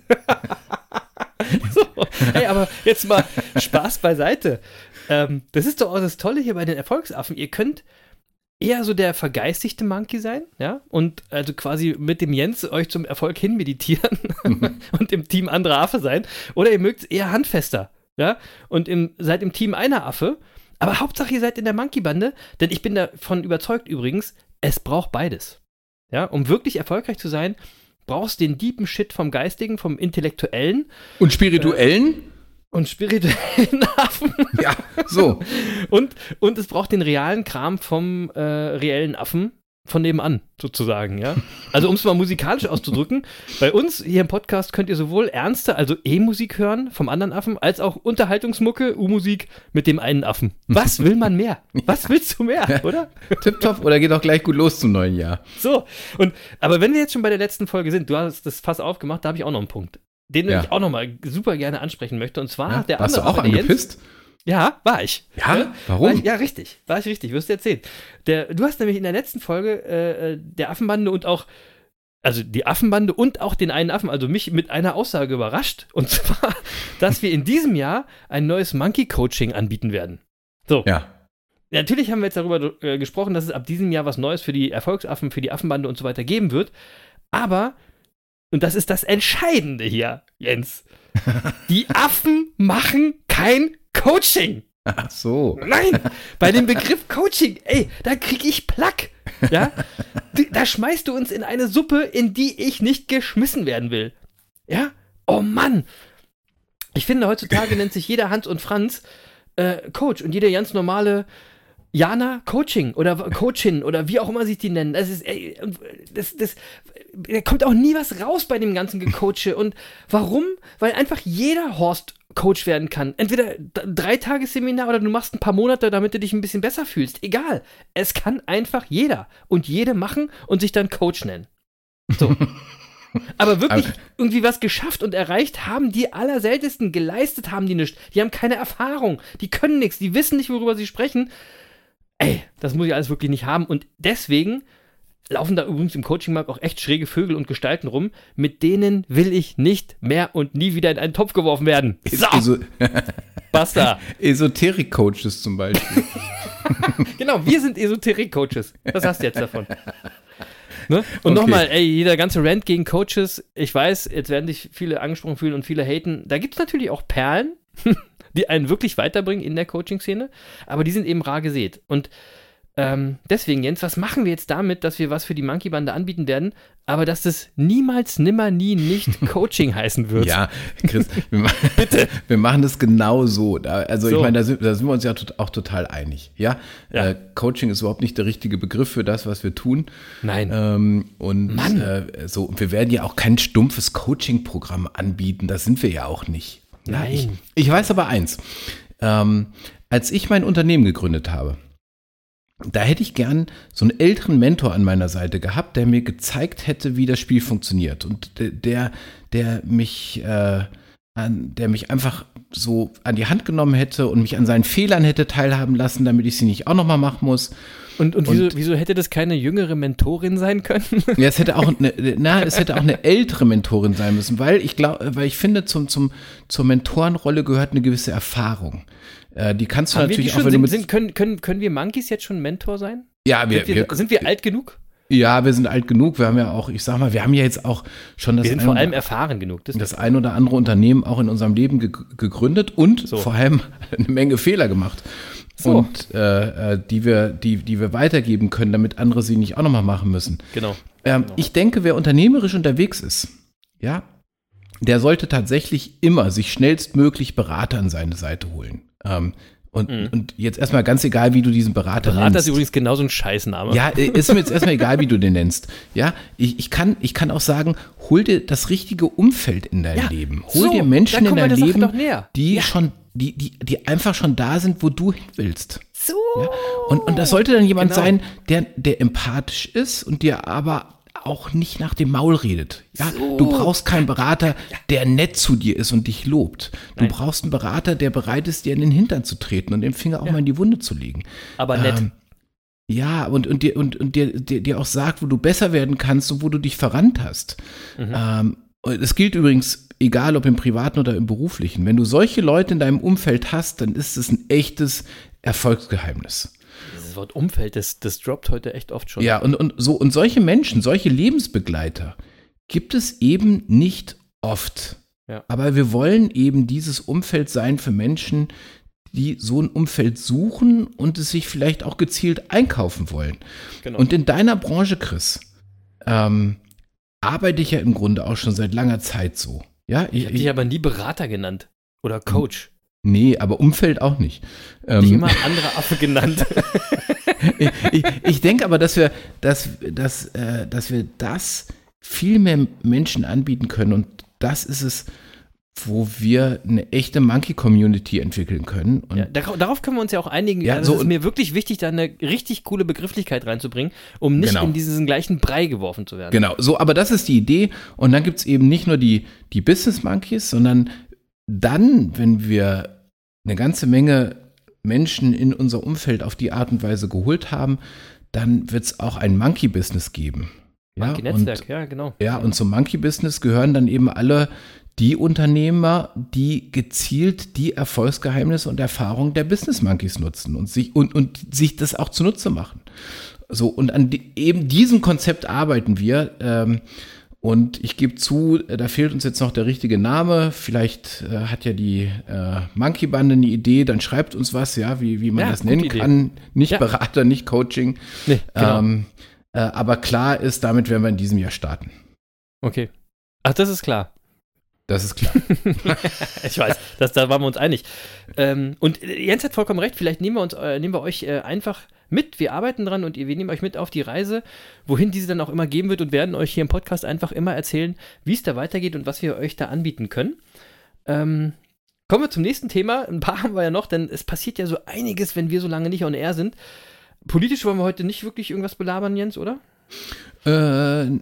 So, hey, aber jetzt mal Spaß beiseite. Das ist doch auch das Tolle hier bei den Erfolgsaffen. Ihr könnt eher so der vergeistigte Monkey sein, ja, und also quasi mit dem Jens euch zum Erfolg hin meditieren und im Team anderer Affe sein. Oder ihr mögt es eher handfester, ja, und seid im Team einer Affe. Aber Hauptsache, ihr seid in der Monkey-Bande, denn ich bin davon überzeugt übrigens, es braucht beides. Ja, um wirklich erfolgreich zu sein, brauchst du den deepen Shit vom Geistigen, vom Intellektuellen. Und Spirituellen? Und spirituellen Affen. Ja, so. Und es braucht den realen Kram vom reellen Affen von nebenan, sozusagen, ja. Also um es mal musikalisch auszudrücken, bei uns hier im Podcast könnt ihr sowohl ernste, also E-Musik hören vom anderen Affen, als auch Unterhaltungsmucke, U-Musik mit dem einen Affen. Was will man mehr? Was willst du mehr, oder? Tipptopp, oder geht auch gleich gut los zum neuen Jahr. So, aber wenn wir jetzt schon bei der letzten Folge sind, du hast das Fass aufgemacht, da habe ich auch noch einen Punkt, den ich auch noch mal super gerne ansprechen möchte, und zwar der andere. Warst du auch Affe, angepisst? Ja, war ich. Ja? Warum? War ich richtig, wirst du erzählen. Du hast nämlich in der letzten Folge der Affenbande und auch, also die Affenbande und auch den einen Affen, also mich mit einer Aussage überrascht, und zwar, dass wir in diesem Jahr ein neues Monkey-Coaching anbieten werden. So. Ja. Natürlich haben wir jetzt darüber gesprochen, dass es ab diesem Jahr was Neues für die Erfolgsaffen, für die Affenbande und so weiter geben wird, aber, und das ist das Entscheidende hier, Jens, die Affen machen kein Coaching. Ach so. Nein, bei dem Begriff Coaching, ey, da krieg ich Plack. Ja? Da schmeißt du uns in eine Suppe, in die ich nicht geschmissen werden will. Ja? Oh Mann. Ich finde, heutzutage nennt sich jeder Hans und Franz Coach und jeder ganz normale Jana Coaching oder Coachin oder wie auch immer sich die nennen. Das ist, ey, da kommt auch nie was raus bei dem ganzen Gecoache. Und warum? Weil einfach jeder Horst Coach werden kann. Entweder 3-Tages-Seminar oder du machst ein paar Monate, damit du dich ein bisschen besser fühlst. Egal. Es kann einfach jeder und jede machen und sich dann Coach nennen. So. Aber wirklich irgendwie was geschafft und erreicht haben die Allerseltensten. Geleistet haben die nichts. Die haben keine Erfahrung. Die können nichts. Die wissen nicht, worüber sie sprechen. Ey, das muss ich alles wirklich nicht haben. Und deswegen laufen da übrigens im Coaching-Markt auch echt schräge Vögel und Gestalten rum. Mit denen will ich nicht mehr und nie wieder in einen Topf geworfen werden. So, basta. Esoterik-Coaches zum Beispiel. Genau, wir sind Esoterik-Coaches. Was hast du jetzt davon? Ne? Und nochmal, ey, jeder ganze Rant gegen Coaches, ich weiß, jetzt werden sich viele angesprochen fühlen und viele haten. Da gibt es natürlich auch Perlen, die einen wirklich weiterbringen in der Coaching-Szene, aber die sind eben rar gesät. Und deswegen, Jens, was machen wir jetzt damit, dass wir was für die Monkey-Bande anbieten werden, aber dass das niemals, nimmer, nie nicht Coaching heißen wird? Ja, Chris, bitte. Wir machen das genau so. Also ich meine, da sind wir uns ja auch total einig. Ja? Coaching ist überhaupt nicht der richtige Begriff für das, was wir tun. Nein. Wir werden ja auch kein stumpfes Coaching-Programm anbieten. Das sind wir ja auch nicht. Nein. Ich weiß aber eins. Als ich mein Unternehmen gegründet habe, da hätte ich gern so einen älteren Mentor an meiner Seite gehabt, der mir gezeigt hätte, wie das Spiel funktioniert. Und der mich einfach so an die Hand genommen hätte und mich an seinen Fehlern hätte teilhaben lassen, damit ich sie nicht auch nochmal machen muss. Und wieso hätte das keine jüngere Mentorin sein können? Ja, es hätte auch eine ältere Mentorin sein müssen, weil ich finde, zur Mentorenrolle gehört eine gewisse Erfahrung. Die kannst du natürlich auch, wenn du können wir Monkeys jetzt schon Mentor sein? Ja, sind wir alt genug? Ja, wir sind alt genug. Wir haben ja auch, ich sag mal, wir haben ja jetzt auch schon wir sind vor allem erfahren genug. Das ein oder andere Unternehmen auch in unserem Leben gegründet und vor allem eine Menge Fehler gemacht. So. Und die wir weitergeben können, damit andere sie nicht auch nochmal machen müssen. Genau. Ich denke, wer unternehmerisch unterwegs ist, ja, der sollte tatsächlich immer sich schnellstmöglich Berater an seine Seite holen. Und jetzt erstmal ganz egal, wie du diesen Berater nennst. Berater ist übrigens genauso ein Scheißname. Ja, ist mir jetzt erstmal egal, wie du den nennst. Ja, ich kann auch sagen, hol dir das richtige Umfeld in dein Leben. Hol dir Menschen in dein Leben, die die einfach schon da sind, wo du hin willst. So. Ja? Und das sollte dann jemand sein, der empathisch ist und dir aber auch nicht nach dem Maul redet. Ja? So. Du brauchst keinen Berater, der nett zu dir ist und dich lobt. Du brauchst einen Berater, der bereit ist, dir in den Hintern zu treten und den Finger auch mal in die Wunde zu legen. Aber nett. Ja, und dir auch sagt, wo du besser werden kannst und wo du dich verrannt hast. Es gilt übrigens, egal ob im Privaten oder im Beruflichen, wenn du solche Leute in deinem Umfeld hast, dann ist es ein echtes Erfolgsgeheimnis. Dieses Wort Umfeld, das droppt heute echt oft schon. Ja, und solche Menschen, solche Lebensbegleiter gibt es eben nicht oft. Ja. Aber wir wollen eben dieses Umfeld sein für Menschen, die so ein Umfeld suchen und es sich vielleicht auch gezielt einkaufen wollen. Genau. Und in deiner Branche, Chris, arbeite ich ja im Grunde auch schon seit langer Zeit so. Ja, ich habe dich aber nie Berater genannt oder Coach. Nee, aber Umfeld auch nicht. Dich immer anderer Affe genannt. ich denke aber, dass wir das viel mehr Menschen anbieten können und das ist es, wo wir eine echte Monkey-Community entwickeln können. Und ja, darauf können wir uns ja auch einigen. Ja, also es ist mir wirklich wichtig, da eine richtig coole Begrifflichkeit reinzubringen, um nicht in diesen gleichen Brei geworfen zu werden. Genau, so, aber das ist die Idee. Und dann gibt es eben nicht nur die Business Monkeys, sondern dann, wenn wir eine ganze Menge Menschen in unser Umfeld auf die Art und Weise geholt haben, dann wird es auch ein Monkey-Business geben. Monkey-Netzwerk, ja, genau. Ja, und zum Monkey-Business gehören dann eben alle die Unternehmer, die gezielt die Erfolgsgeheimnisse und Erfahrungen der Business Monkeys nutzen und sich das auch zunutze machen. So, und an eben diesem Konzept arbeiten wir. Und ich gebe zu, da fehlt uns jetzt noch der richtige Name. Vielleicht hat ja die Monkey-Bande eine Idee, dann schreibt uns was, ja, wie man das nennen kann. Nicht Berater, nicht Coaching. Nee, genau. Aber klar ist, damit werden wir in diesem Jahr starten. Okay. Ach, das ist klar. Das ist klar. Ich weiß, da waren wir uns einig. Und Jens hat vollkommen recht, vielleicht nehmen wir euch einfach mit, wir arbeiten dran und wir nehmen euch mit auf die Reise, wohin diese dann auch immer geben wird und werden euch hier im Podcast einfach immer erzählen, wie es da weitergeht und was wir euch da anbieten können. Kommen wir zum nächsten Thema. Ein paar haben wir ja noch, denn es passiert ja so einiges, wenn wir so lange nicht on air sind. Politisch wollen wir heute nicht wirklich irgendwas belabern, Jens, oder? Also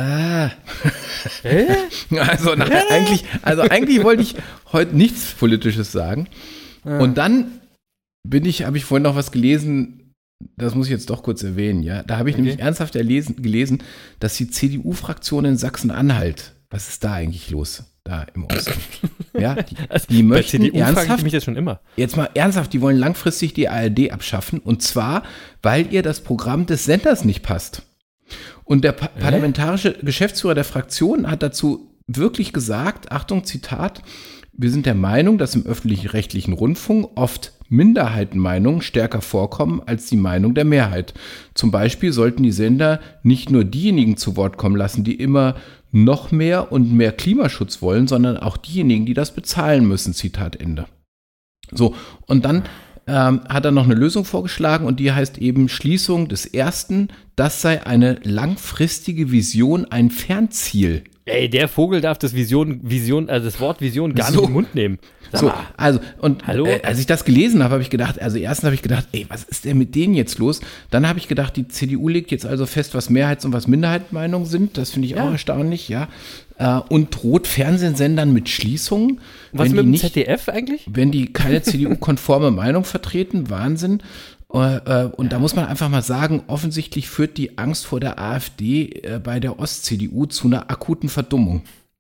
eigentlich wollte ich heute nichts Politisches sagen. Und dann habe ich vorhin noch was gelesen, das muss ich jetzt doch kurz erwähnen, ja. Da habe ich nämlich ernsthaft gelesen, dass die CDU-Fraktion in Sachsen-Anhalt, was ist da eigentlich los? Da im Osten. Ja, die möchten bei CDU ernsthaft, frage ich mich das schon immer. Jetzt mal ernsthaft, die wollen langfristig die ARD abschaffen und zwar, weil ihr das Programm des Senders nicht passt. Und der parlamentarische Geschäftsführer der Fraktion hat dazu wirklich gesagt, Achtung, Zitat, wir sind der Meinung, dass im öffentlich-rechtlichen Rundfunk oft Minderheitenmeinungen stärker vorkommen als die Meinung der Mehrheit. Zum Beispiel sollten die Sender nicht nur diejenigen zu Wort kommen lassen, die immer noch mehr und mehr Klimaschutz wollen, sondern auch diejenigen, die das bezahlen müssen, Zitat Ende. So, und dann hat er noch eine Lösung vorgeschlagen und die heißt eben Schließung des Ersten, das sei eine langfristige Vision, ein Fernziel. Ey, der Vogel darf das das Wort Vision gar nicht in den Mund nehmen. So, also, und als ich das gelesen habe, erstens habe ich gedacht, ey, was ist denn mit denen jetzt los? Dann habe ich gedacht, die CDU legt jetzt also fest, was Mehrheits- und was Minderheitenmeinungen sind. Das finde ich auch erstaunlich, ja. Und droht Fernsehsendern mit Schließungen. Was mit dem ZDF eigentlich? Wenn die keine CDU-konforme Meinung vertreten, Wahnsinn. Und da muss man einfach mal sagen, offensichtlich führt die Angst vor der AfD bei der Ost-CDU zu einer akuten Verdummung.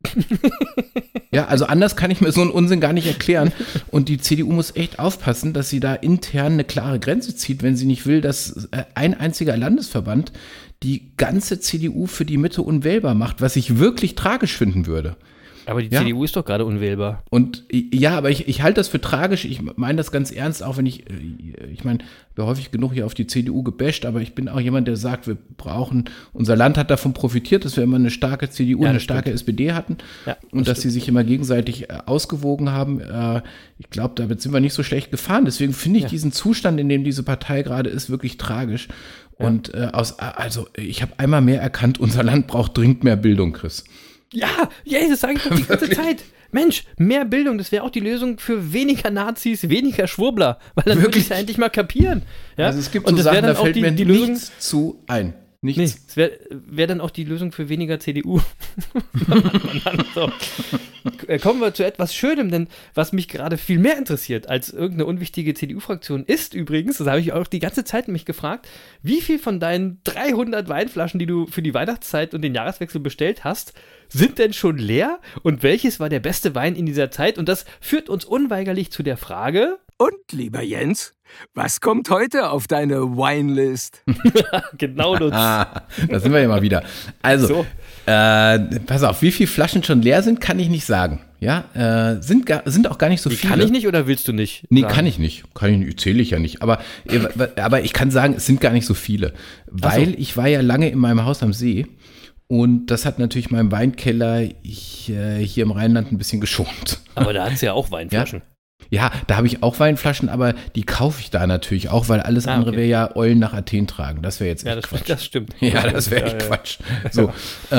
Ja, also anders kann ich mir so einen Unsinn gar nicht erklären. Und die CDU muss echt aufpassen, dass sie da intern eine klare Grenze zieht, wenn sie nicht will, dass ein einziger Landesverband die ganze CDU für die Mitte unwählbar macht, was ich wirklich tragisch finden würde. Aber die CDU ist doch gerade unwählbar. Und ja, aber ich halte das für tragisch. Ich meine das ganz ernst, auch wenn ich meine, wir häufig genug hier auf die CDU gebasht, aber ich bin auch jemand, der sagt, unser Land hat davon profitiert, dass wir immer eine starke CDU und eine starke SPD hatten und dass sie sich immer gegenseitig ausgewogen haben. Ich glaube, damit sind wir nicht so schlecht gefahren. Deswegen finde ich diesen Zustand, in dem diese Partei gerade ist, wirklich tragisch. Und ich habe einmal mehr erkannt, unser Land braucht dringend mehr Bildung, Chris. Ja, das sage ich doch die ganze Zeit. Mensch, mehr Bildung, das wäre auch die Lösung für weniger Nazis, weniger Schwurbler, weil dann würde ich es ja endlich mal kapieren. Ja? Also es gibt so Sachen, da fällt mir nichts zu ein. Nichts. Nee, es wär dann auch die Lösung für weniger CDU. So. Kommen wir zu etwas Schönem, denn was mich gerade viel mehr interessiert als irgendeine unwichtige CDU-Fraktion ist übrigens, das habe ich auch die ganze Zeit mich gefragt, wie viel von deinen 300 Weinflaschen, die du für die Weihnachtszeit und den Jahreswechsel bestellt hast, sind denn schon leer? Und welches war der beste Wein in dieser Zeit? Und das führt uns unweigerlich zu der Frage... Und, lieber Jens, was kommt heute auf deine Winelist? Genau, Lutz. Da sind wir ja mal wieder. Also, pass auf, wie viele Flaschen schon leer sind, kann ich nicht sagen. Ja, sind auch gar nicht so viele. Kann ich nicht oder willst du nicht? Nee, sagen? Kann ich nicht. Zähle ich ja nicht. Aber ich kann sagen, es sind gar nicht so viele. Weil ich war ja lange in meinem Haus am See. Und das hat natürlich meinen Weinkeller hier im Rheinland ein bisschen geschont. Aber da hat es ja auch Weinflaschen. Ja, da habe ich auch Weinflaschen, aber die kaufe ich da natürlich auch, weil alles andere wäre ja Eulen nach Athen tragen. Das wäre jetzt echt Quatsch. Das stimmt. Ja, das wäre echt Quatsch. So,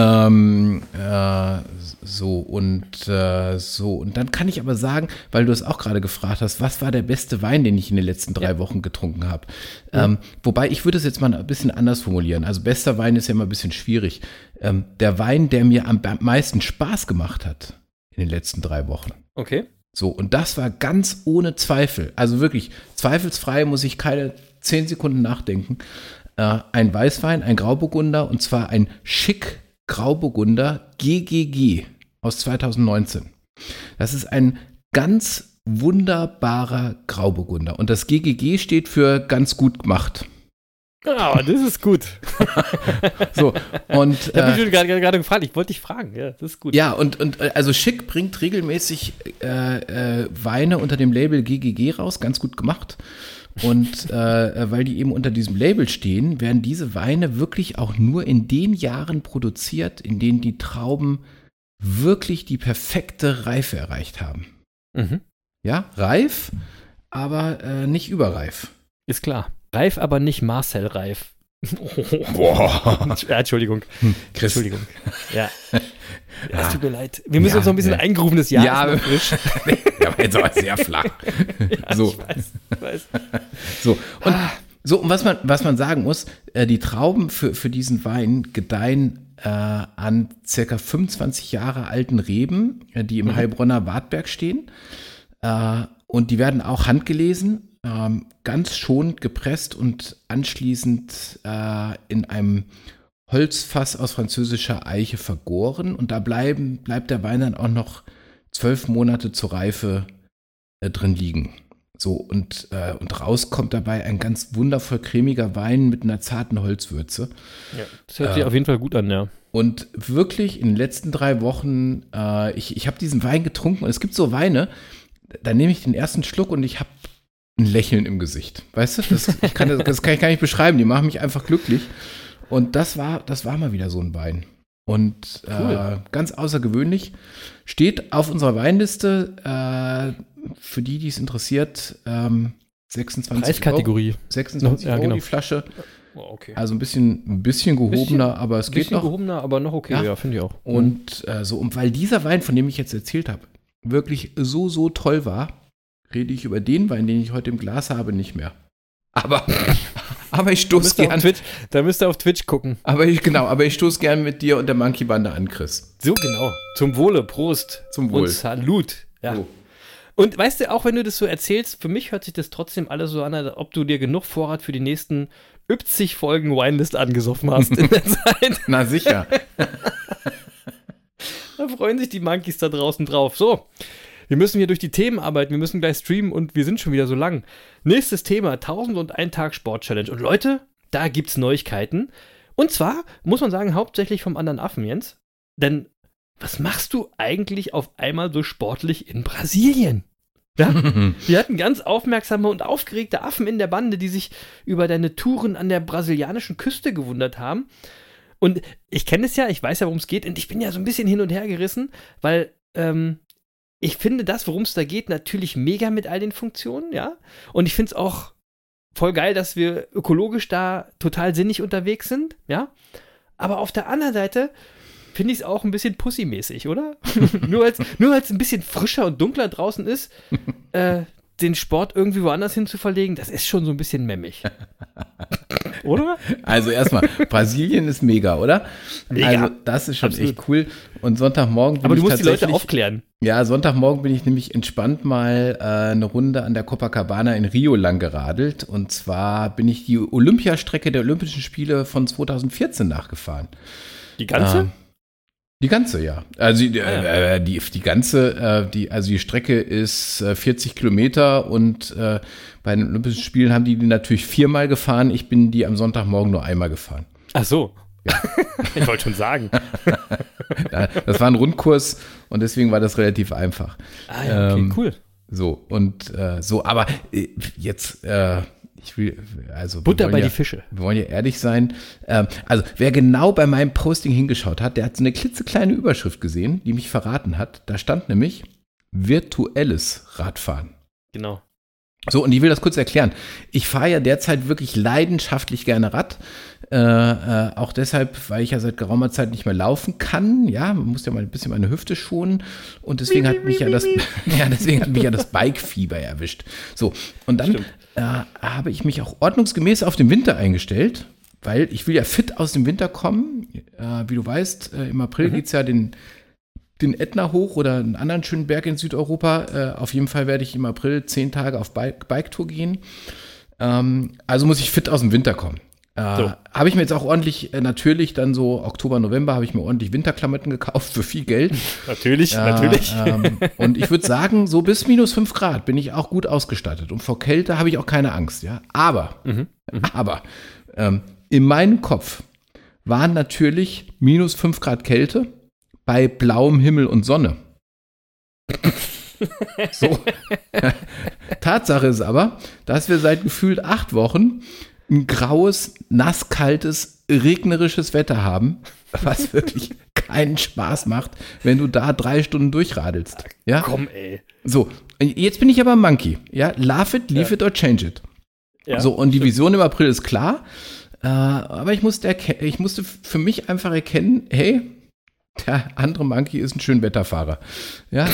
und dann kann ich aber sagen, weil du es auch gerade gefragt hast, was war der beste Wein, den ich in den letzten 3 Wochen getrunken habe? Wobei, ich würde es jetzt mal ein bisschen anders formulieren. Also bester Wein ist ja immer ein bisschen schwierig. Der Wein, der mir am meisten Spaß gemacht hat in den letzten 3 Wochen. Okay. So, und das war ganz ohne Zweifel, also wirklich zweifelsfrei, muss ich keine 10 Sekunden nachdenken, ein Weißwein, ein Grauburgunder, und zwar ein Schick Grauburgunder GGG aus 2019. Das ist ein ganz wunderbarer Grauburgunder und das GGG steht für ganz gut gemacht. Ah, das ist gut. So, und ich habe mich gerade gefragt, ich wollte dich fragen, ja, das ist gut. Ja, und also Schick bringt regelmäßig Weine unter dem Label GGG raus, ganz gut gemacht. Und weil die eben unter diesem Label stehen, werden diese Weine wirklich auch nur in den Jahren produziert, in denen die Trauben wirklich die perfekte Reife erreicht haben. Mhm. Ja, reif, aber nicht überreif. Ist klar. Reif, aber nicht Marcel Reif. Boah. Ja, Entschuldigung. Chris. Entschuldigung. Ja. Es tut mir leid. Wir müssen uns noch ein bisschen eingrufen, das Jahr ist noch frisch. Ja, aber jetzt aber sehr flach. Ja, so. Ich weiß. So, und was man sagen muss, die Trauben für diesen Wein gedeihen an circa 25 Jahre alten Reben, die im Heilbronner Wartberg stehen. Und die werden auch handgelesen, ganz schonend gepresst und anschließend in einem Holzfass aus französischer Eiche vergoren. Und da bleibt der Wein dann auch noch 12 Monate zur Reife drin liegen. So, und rauskommt dabei ein ganz wundervoll cremiger Wein mit einer zarten Holzwürze. Ja, das hört sich auf jeden Fall gut an, ja. Und wirklich in den letzten 3 Wochen, ich habe diesen Wein getrunken und es gibt so Weine, da nehme ich den ersten Schluck und ich habe ein Lächeln im Gesicht. Weißt du, das kann ich gar nicht beschreiben, die machen mich einfach glücklich. Und das war mal wieder so ein Wein. Und cool. Ganz außergewöhnlich, steht auf unserer Weinliste, für die es interessiert, 26 Preiskategorie. Euro. 26 Euro die Flasche. Oh, okay. Also ein bisschen gehobener, aber es geht noch. Ein bisschen gehobener, aber noch okay, ja finde ich auch. Und und weil dieser Wein, von dem ich jetzt erzählt habe, wirklich so toll war, rede ich über den Wein, den ich heute im Glas habe, nicht mehr. Aber ich stoße gern. Da müsst ihr auf Twitch gucken. Aber ich stoße gern mit dir und der Monkey Bande an, Chris. So genau. Zum Wohle, Prost. Zum Wohl. Und Salut. Ja. So. Und weißt du, auch wenn du das so erzählst, für mich hört sich das trotzdem alles so an, als ob du dir genug Vorrat für die nächsten 70 Folgen Winelist angesoffen hast in der Zeit. Na sicher. Da freuen sich die Monkeys da draußen drauf. So, wir müssen hier durch die Themen arbeiten, wir müssen gleich streamen und wir sind schon wieder so lang. Nächstes Thema, 1001 Tag Sport-Challenge. Und Leute, da gibt's Neuigkeiten. Und zwar, muss man sagen, hauptsächlich vom anderen Affen, Jens. Denn was machst du eigentlich auf einmal so sportlich in Brasilien? Ja? Wir hatten ganz aufmerksame und aufgeregte Affen in der Bande, die sich über deine Touren an der brasilianischen Küste gewundert haben. Und ich kenne es ja, ich weiß ja, worum es geht. Und ich bin ja so ein bisschen hin und her gerissen, weil ich finde das, worum es da geht, natürlich mega mit all den Funktionen, ja. Und ich finde es auch voll geil, dass wir ökologisch da total sinnig unterwegs sind, ja. Aber auf der anderen Seite finde ich es auch ein bisschen pussymäßig, oder? nur weil es ein bisschen frischer und dunkler draußen ist, den Sport irgendwie woanders hin zu verlegen, das ist schon so ein bisschen memmig. Oder? Also erstmal, Brasilien ist mega, oder? Mega. Also das ist schon echt cool. Und Sonntagmorgen bin Aber du ich musst die Leute aufklären. Ja, Sonntagmorgen bin ich nämlich entspannt mal eine Runde an der Copacabana in Rio lang geradelt. Und zwar bin ich die Olympiastrecke der Olympischen Spiele von 2014 nachgefahren. Die ganze? Die ganze, ja. Also die ganze, die Strecke ist 40 Kilometer und bei den Olympischen Spielen haben die natürlich 4-mal gefahren. Ich bin die am Sonntagmorgen nur einmal gefahren. Ach so. Ja. Ich wollte schon sagen. Das war ein Rundkurs und deswegen war das relativ einfach. Ah ja, okay, cool. So, und aber jetzt Butter bei die Fische. Wir wollen ja ehrlich sein. Also wer genau bei meinem Posting hingeschaut hat, der hat so eine klitzekleine Überschrift gesehen, die mich verraten hat. Da stand nämlich virtuelles Radfahren. Genau. So, und ich will das kurz erklären. Ich fahre ja derzeit wirklich leidenschaftlich gerne Rad. Auch deshalb, weil ich ja seit geraumer Zeit nicht mehr laufen kann. Ja, man muss ja mal ein bisschen meine Hüfte schonen. Und deswegen hat mich ja das Bike-Fieber erwischt. So, und dann habe ich mich auch ordnungsgemäß auf den Winter eingestellt, weil ich will ja fit aus dem Winter kommen. Wie du weißt, im April geht es ja den Ätna hoch oder einen anderen schönen Berg in Südeuropa. Auf jeden Fall werde ich im April 10 Tage auf Bike-Tour gehen. Also muss ich fit aus dem Winter kommen. Habe ich mir jetzt auch ordentlich, natürlich dann so Oktober, November, habe ich mir ordentlich Winterklamotten gekauft für viel Geld. Natürlich. Und ich würde sagen, so bis minus 5 Grad bin ich auch gut ausgestattet. Und vor Kälte habe ich auch keine Angst. Ja? Aber in meinem Kopf waren natürlich minus 5 Grad Kälte bei blauem Himmel und Sonne. So. Tatsache ist aber, dass wir seit gefühlt 8 Wochen ein graues, nasskaltes, regnerisches Wetter haben, was wirklich keinen Spaß macht, wenn du da 3 Stunden durchradelst. Ja? Komm, ey. So, jetzt bin ich aber ein Monkey. Ja? Love it, leave it or change it. Ja, so, und die Vision im April ist klar, aber ich musste für mich einfach erkennen, hey, der andere Monkey ist ein Schönwetterfahrer. Ja,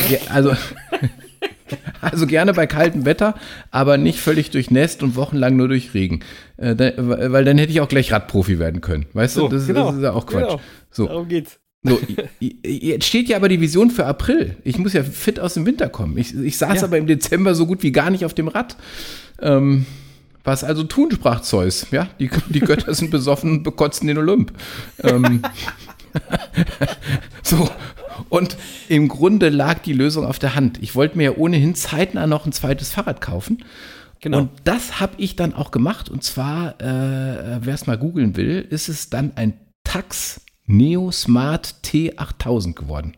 also gerne bei kaltem Wetter, aber nicht völlig durchnässt und wochenlang nur durch Regen. Weil dann hätte ich auch gleich Radprofi werden können. Weißt du, das ist ja auch Quatsch. Genau. So. Darum geht's. So, jetzt steht ja aber die Vision für April. Ich muss ja fit aus dem Winter kommen. Ich saß aber im Dezember so gut wie gar nicht auf dem Rad. Was also tun, sprach Zeus. Ja, die Götter sind besoffen und bekotzen den Olymp. So, und im Grunde lag die Lösung auf der Hand. Ich wollte mir ja ohnehin zeitnah noch ein zweites Fahrrad kaufen. Genau. Und das habe ich dann auch gemacht. Und zwar, wer es mal googeln will, ist es dann ein Tacx Neo Smart T8000 geworden.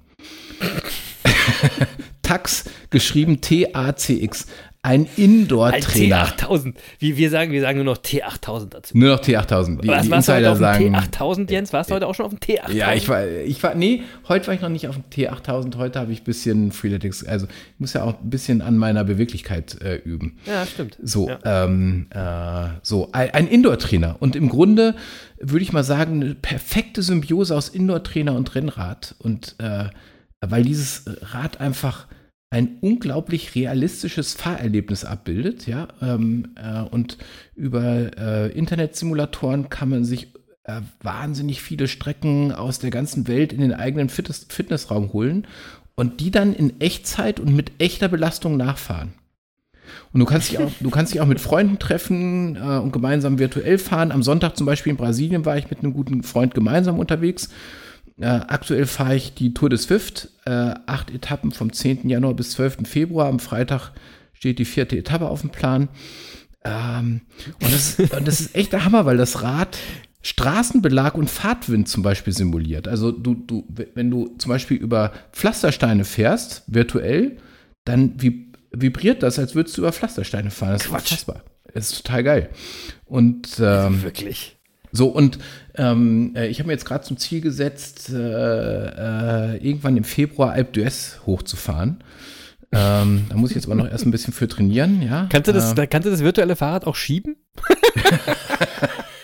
Tacx, geschrieben T-A-C-X. Ein Indoor-Trainer. T8000. Wir sagen nur noch T8000 dazu. Nur noch T8000. Die Insider sagen. T8000, Jens? Warst du heute auch schon auf dem T8000? Ja, heute war ich noch nicht auf dem T8000. Heute habe ich ein bisschen Freeletics. Also, ich muss ja auch ein bisschen an meiner Beweglichkeit üben. Ja, stimmt. So, ja. Ein Indoor-Trainer. Und im Grunde würde ich mal sagen, eine perfekte Symbiose aus Indoor-Trainer und Rennrad. Und weil dieses Rad einfach ein unglaublich realistisches Fahrerlebnis abbildet, ja, und über Internetsimulatoren kann man sich wahnsinnig viele Strecken aus der ganzen Welt in den eigenen Fitnessraum holen und die dann in Echtzeit und mit echter Belastung nachfahren. Und du kannst dich auch mit Freunden treffen und gemeinsam virtuell fahren. Am Sonntag zum Beispiel in Brasilien war ich mit einem guten Freund gemeinsam unterwegs. Aktuell fahre ich die Tour de Zwift, 8 Etappen vom 10. Januar bis 12. Februar. Am Freitag steht die 4. Etappe auf dem Plan. Und das ist echt der Hammer, weil das Rad Straßenbelag und Fahrtwind zum Beispiel simuliert. Also wenn du zum Beispiel über Pflastersteine fährst, virtuell, dann vibriert das, als würdest du über Pflastersteine fahren. Das ist unfassbar. Das ist total geil. Und wirklich. So, und ich habe mir jetzt gerade zum Ziel gesetzt, irgendwann im Februar Alpe d'Huez hochzufahren. Da muss ich jetzt aber noch erst ein bisschen für trainieren, ja. Kannst du das virtuelle Fahrrad auch schieben?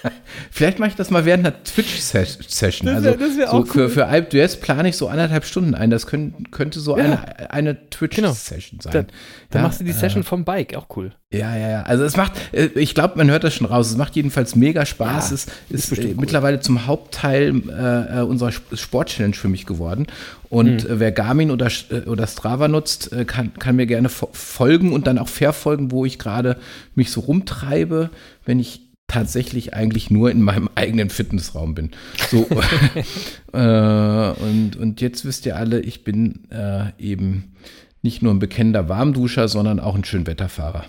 Vielleicht mache ich das mal während einer Twitch-Session. Das wär so auch cool. Für Alp-Duets plane ich so 1,5 Stunden ein. Das könnte so eine Twitch-Session sein. Dann machst du die Session vom Bike, auch cool. Ja. Also es macht, ich glaube, man hört das schon raus. Es macht jedenfalls mega Spaß. Ja, es ist mittlerweile zum Hauptteil unserer Sport-Challenge für mich geworden. Und wer Garmin oder Strava nutzt, kann mir gerne folgen und dann auch verfolgen, wo ich gerade mich so rumtreibe, wenn ich tatsächlich eigentlich nur in meinem eigenen Fitnessraum bin. So. Und jetzt wisst ihr alle, ich bin eben nicht nur ein bekennender Warmduscher, sondern auch ein Schönwetterfahrer.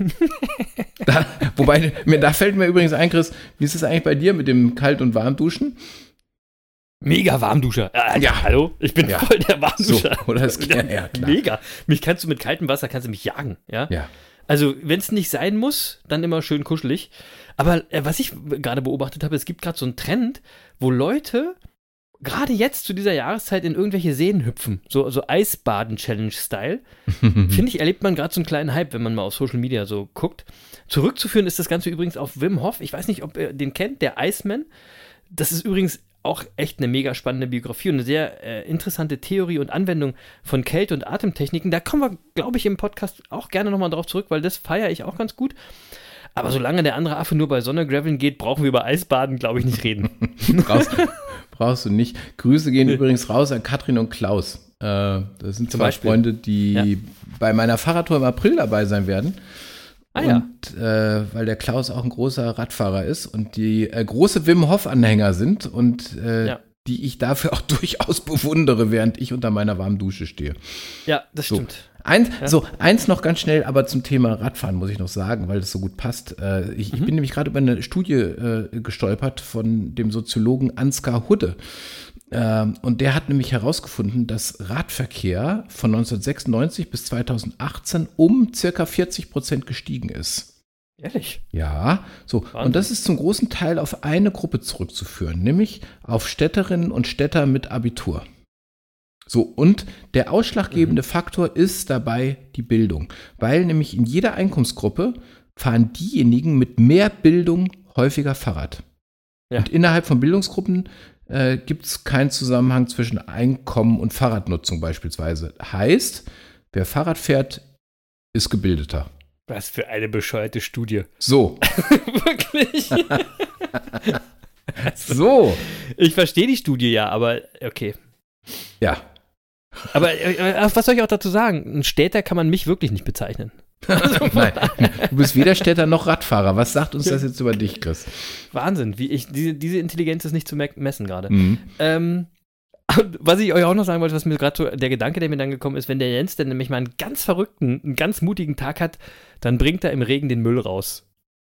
Da fällt mir übrigens ein, Chris, wie ist es eigentlich bei dir mit dem Kalt- und Warmduschen? Mega Warmduscher. Ja. Hallo? Ich bin voll der Warmduscher. So, oder klar. Mega. Mich kannst du mit kaltem Wasser jagen. Ja. Also, wenn es nicht sein muss, dann immer schön kuschelig. Aber was ich gerade beobachtet habe, es gibt gerade so einen Trend, wo Leute gerade jetzt zu dieser Jahreszeit in irgendwelche Seen hüpfen. So Eisbaden-Challenge-Style. Finde ich, erlebt man gerade so einen kleinen Hype, wenn man mal auf Social Media so guckt. Zurückzuführen ist das Ganze übrigens auf Wim Hof. Ich weiß nicht, ob ihr den kennt, der Iceman. Das ist übrigens auch echt eine mega spannende Biografie und eine sehr interessante Theorie und Anwendung von Kälte- und Atemtechniken. Da kommen wir, glaube ich, im Podcast auch gerne nochmal drauf zurück, weil das feiere ich auch ganz gut. Aber solange der andere Affe nur bei Sonne graveln geht, brauchen wir über Eisbaden, glaube ich, nicht reden. Brauchst du nicht. Grüße gehen übrigens raus an Katrin und Klaus. Das sind zwei Freunde, die bei meiner Fahrradtour im April dabei sein werden. Weil der Klaus auch ein großer Radfahrer ist und die große Wim Hof-Anhänger sind und die ich dafür auch durchaus bewundere, während ich unter meiner warmen Dusche stehe. Ja, das stimmt. Eins noch ganz schnell, aber zum Thema Radfahren muss ich noch sagen, weil das so gut passt. Ich bin nämlich gerade über eine Studie gestolpert von dem Soziologen Ansgar Hudde. Und der hat nämlich herausgefunden, dass Radverkehr von 1996 bis 2018 um circa 40% gestiegen ist. Ehrlich? Ja, so. Wahnsinn. Und das ist zum großen Teil auf eine Gruppe zurückzuführen, nämlich auf Städterinnen und Städter mit Abitur. So, und der ausschlaggebende Faktor ist dabei die Bildung, weil nämlich in jeder Einkommensgruppe fahren diejenigen mit mehr Bildung häufiger Fahrrad. Ja. Und innerhalb von Bildungsgruppen gibt es keinen Zusammenhang zwischen Einkommen und Fahrradnutzung beispielsweise. Heißt, wer Fahrrad fährt, ist gebildeter. Was für eine bescheuerte Studie. So. Wirklich? So. Ich verstehe die Studie ja, aber okay. Ja. Aber was soll ich auch dazu sagen? Ein Städter kann man mich wirklich nicht bezeichnen. Nein, du bist weder Städter noch Radfahrer. Was sagt uns das jetzt über dich, Chris? Wahnsinn, wie diese Intelligenz ist nicht zu messen gerade. Was ich euch auch noch sagen wollte, was mir gerade so, der Gedanke, der mir dann gekommen ist, wenn der Jens dann nämlich mal einen ganz verrückten, einen ganz mutigen Tag hat, dann bringt er im Regen den Müll raus.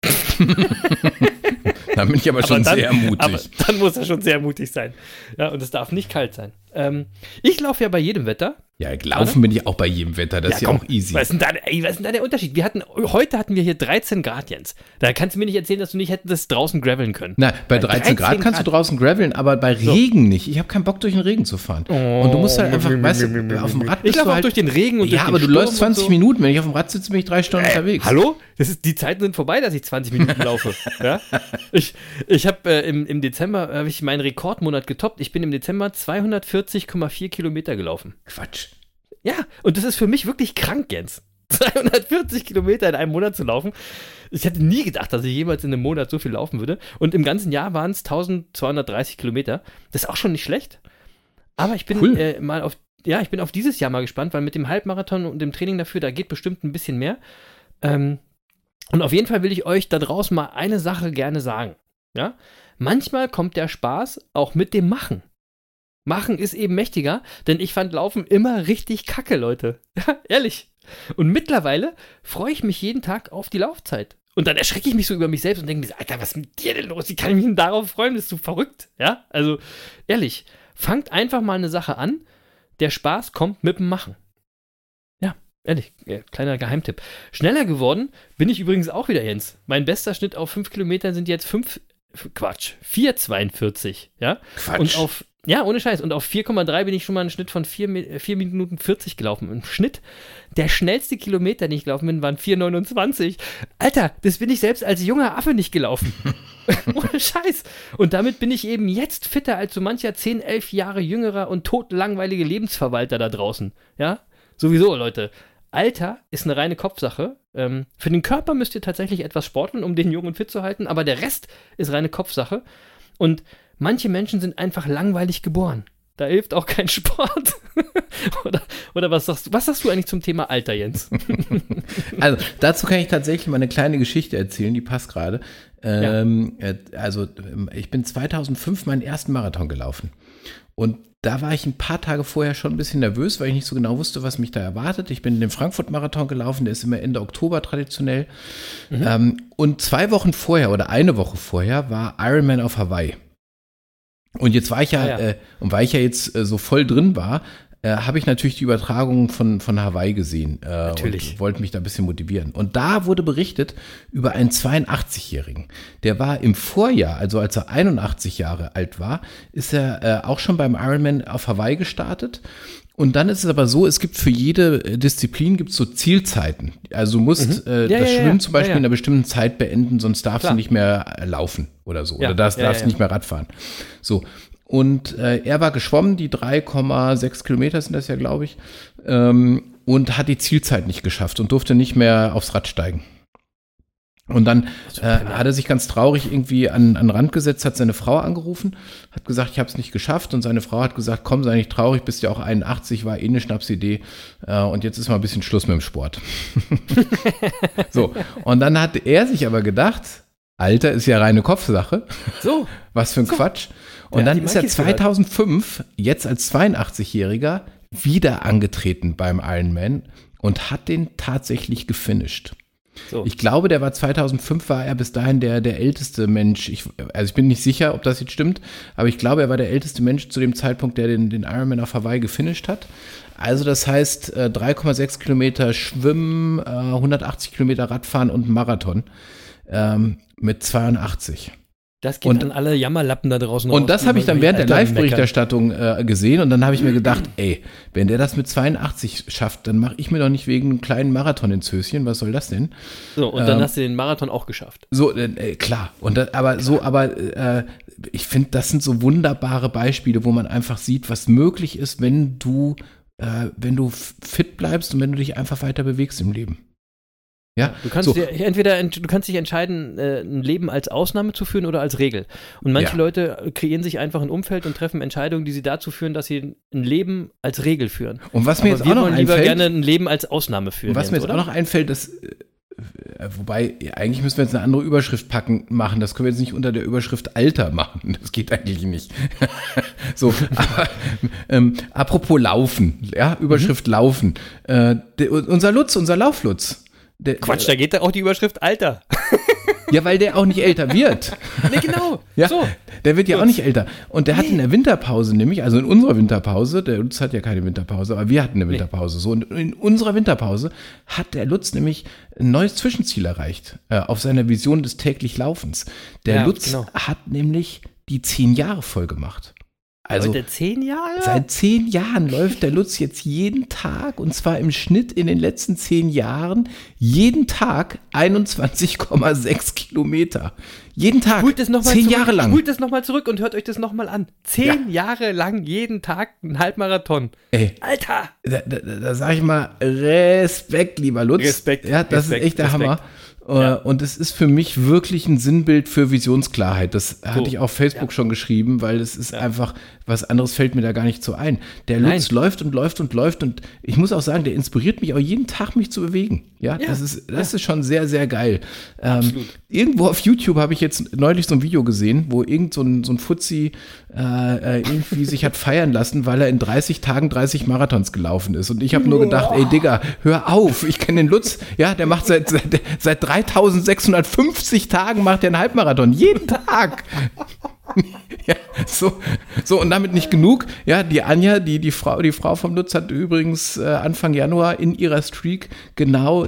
Da bin ich aber schon sehr mutig. Aber dann muss er schon sehr mutig sein. Ja, und es darf nicht kalt sein. Ich laufe ja bei jedem Wetter. Ja, laufen bin ich auch bei jedem Wetter. Das ist ja auch easy. Was ist denn da der Unterschied? Heute hatten wir hier 13 Grad, Jens. Da kannst du mir nicht erzählen, dass du nicht hättest draußen graveln können. Nein, bei 13 Grad kannst du draußen graveln, aber bei Regen nicht. Ich habe keinen Bock, durch den Regen zu fahren. Und du musst halt einfach, weißt du, auf dem Rad bist ich laufe auch durch den Regen und durch den aber du Sturm läufst 20 Minuten. Wenn ich auf dem Rad sitze, bin ich 3 Stunden unterwegs. Hallo? Die Zeiten sind vorbei, dass ich 20 Minuten laufe. Ja? Ich habe im Dezember ich meinen Rekordmonat getoppt. Ich bin im Dezember 240,4 Kilometer gelaufen. Quatsch. Ja, und das ist für mich wirklich krank, Jens. 240 Kilometer in einem Monat zu laufen. Ich hätte nie gedacht, dass ich jemals in einem Monat so viel laufen würde. Und im ganzen Jahr waren es 1230 Kilometer. Das ist auch schon nicht schlecht. Aber ich bin ich bin auf dieses Jahr mal gespannt, weil mit dem Halbmarathon und dem Training dafür, da geht bestimmt ein bisschen mehr. Und auf jeden Fall will ich euch da draußen mal eine Sache gerne sagen. Ja? Manchmal kommt der Spaß auch mit dem Machen. Machen ist eben mächtiger, denn ich fand Laufen immer richtig kacke, Leute. Ja, ehrlich. Und mittlerweile freue ich mich jeden Tag auf die Laufzeit. Und dann erschrecke ich mich so über mich selbst und denke mir so, Alter, was ist mit dir denn los? Wie kann ich mich denn darauf freuen? Bist du verrückt? Ja, also ehrlich, fangt einfach mal eine Sache an. Der Spaß kommt mit dem Machen. Ja, ehrlich, kleiner Geheimtipp. Schneller geworden bin ich übrigens auch wieder, Jens. Mein bester Schnitt auf 5 Kilometern sind jetzt 4,42. Ja? Quatsch. Und ohne Scheiß. Und auf 4,3 bin ich schon mal einen Schnitt von 4 Minuten 40 gelaufen. Im Schnitt, der schnellste Kilometer, den ich gelaufen bin, waren 4,29. Alter, das bin ich selbst als junger Affe nicht gelaufen. Ohne Scheiß. Und damit bin ich eben jetzt fitter als so mancher 10, 11 Jahre jüngerer und totlangweilige Lebensverwalter da draußen. Ja, sowieso, Leute. Alter ist eine reine Kopfsache. Für den Körper müsst ihr tatsächlich etwas sporteln, um den jung und fit zu halten, aber der Rest ist reine Kopfsache. Und manche Menschen sind einfach langweilig geboren. Da hilft auch kein Sport. oder was sagst du eigentlich zum Thema Alter, Jens? Also, dazu kann ich tatsächlich mal eine kleine Geschichte erzählen, die passt gerade. Also, ich bin 2005 meinen ersten Marathon gelaufen. Und da war ich ein paar Tage vorher schon ein bisschen nervös, weil ich nicht so genau wusste, was mich da erwartet. Ich bin den Frankfurt-Marathon gelaufen, der ist immer Ende Oktober traditionell. Und 2 Wochen vorher oder eine Woche vorher war Ironman auf Hawaii. Und jetzt war ich weil ich ja jetzt so voll drin war, habe ich natürlich die Übertragung von Hawaii gesehen und wollte mich da ein bisschen motivieren. Und da wurde berichtet über einen 82-Jährigen. Der war im Vorjahr, also als er 81 Jahre alt war, ist er auch schon beim Ironman auf Hawaii gestartet. Und dann ist es aber so, es gibt für jede Disziplin gibt's so Zielzeiten. Also du musst das Schwimmen zum Beispiel in einer bestimmten Zeit beenden, sonst darfst du nicht mehr laufen oder so. Oder darfst nicht mehr Radfahren. So. Und er war geschwommen, die 3,6 Kilometer sind das ja, glaube ich, und hat die Zielzeit nicht geschafft und durfte nicht mehr aufs Rad steigen. Und dann hat er sich ganz traurig irgendwie an den Rand gesetzt, hat seine Frau angerufen, hat gesagt, ich habe es nicht geschafft. Und seine Frau hat gesagt, komm, sei nicht traurig, bist ja auch 81, war eine Schnapsidee. Und jetzt ist mal ein bisschen Schluss mit dem Sport. So, und dann hat er sich aber gedacht, Alter ist ja reine Kopfsache. So. Was für ein Quatsch. Und dann ist er 2005, jetzt als 82-Jähriger, wieder angetreten beim Ironman und hat den tatsächlich gefinisht. So. Ich glaube, der war 2005, war er bis dahin der älteste Mensch. Ich bin nicht sicher, ob das jetzt stimmt, aber ich glaube, er war der älteste Mensch zu dem Zeitpunkt, der den Ironman auf Hawaii gefinisht hat. Also das heißt 3,6 Kilometer Schwimmen, 180 Kilometer Radfahren und Marathon mit 82. Das geht an alle Jammerlappen da draußen raus. Und das habe ich dann während der Live-Berichterstattung gesehen und dann habe ich mir gedacht, ey, wenn der das mit 82 schafft, dann mache ich mir doch nicht wegen einem kleinen Marathon ins Höschen, was soll das denn? So, und dann hast du den Marathon auch geschafft. So, klar. Ich finde, das sind so wunderbare Beispiele, wo man einfach sieht, was möglich ist, wenn du fit bleibst und wenn du dich einfach weiter bewegst im Leben. Ja, du kannst du kannst dich entscheiden, ein Leben als Ausnahme zu führen oder als Regel. Und manche Leute kreieren sich einfach ein Umfeld und treffen Entscheidungen, die sie dazu führen, dass sie ein Leben als Regel führen. Und was mir jetzt auch noch einfällt, lieber gerne ein Leben als Ausnahme führen. Und was mir jetzt auch noch einfällt, dass wobei, eigentlich müssen wir jetzt eine andere Überschrift machen. Das können wir jetzt nicht unter der Überschrift Alter machen. Das geht eigentlich nicht. So, aber apropos Laufen, ja, Überschrift Laufen. Unser Lauflutz. Quatsch, da geht da auch die Überschrift Alter. Ja, weil der auch nicht älter wird. Nee, genau. Ja, so. Der wird ja auch nicht älter. Und der hat in der Winterpause nämlich, also in unserer Winterpause, der Lutz hat ja keine Winterpause, aber wir hatten eine Winterpause. So, und in unserer Winterpause hat der Lutz nämlich ein neues Zwischenziel erreicht auf seiner Vision des täglich Laufens. Der Lutz hat nämlich die 10 Jahre voll gemacht. Also Leute, 10 Jahre? Seit 10 Jahren läuft der Lutz jetzt jeden Tag, und zwar im Schnitt in den letzten 10 Jahren, jeden Tag 21,6 Kilometer. Jeden Tag, 10 Jahre lang. Spult das nochmal zurück und hört euch das nochmal an. 10 Jahre lang, jeden Tag ein Halbmarathon. Ey, Alter! Da sag ich mal, Respekt, lieber Lutz. Respekt. Ja, das ist echt der Hammer. Ja. Und es ist für mich wirklich ein Sinnbild für Visionsklarheit. Das hatte ich auf Facebook schon geschrieben, weil es ist einfach, was anderes fällt mir da gar nicht so ein. Der Lutz läuft und läuft und läuft, und ich muss auch sagen, der inspiriert mich auch jeden Tag, mich zu bewegen. Ja, das ist schon sehr, sehr geil. Irgendwo auf YouTube habe ich jetzt neulich so ein Video gesehen, wo irgend so ein Fuzzi irgendwie sich hat feiern lassen, weil er in 30 Tagen 30 Marathons gelaufen ist. Und ich habe nur gedacht, ey Digga, hör auf, ich kenne den Lutz, ja, der macht seit 3650 Tagen macht er einen Halbmarathon, jeden Tag. Ja, so, und damit nicht genug. Ja, die Anja, die Frau vom Lutz, hat übrigens Anfang Januar in ihrer Streak genau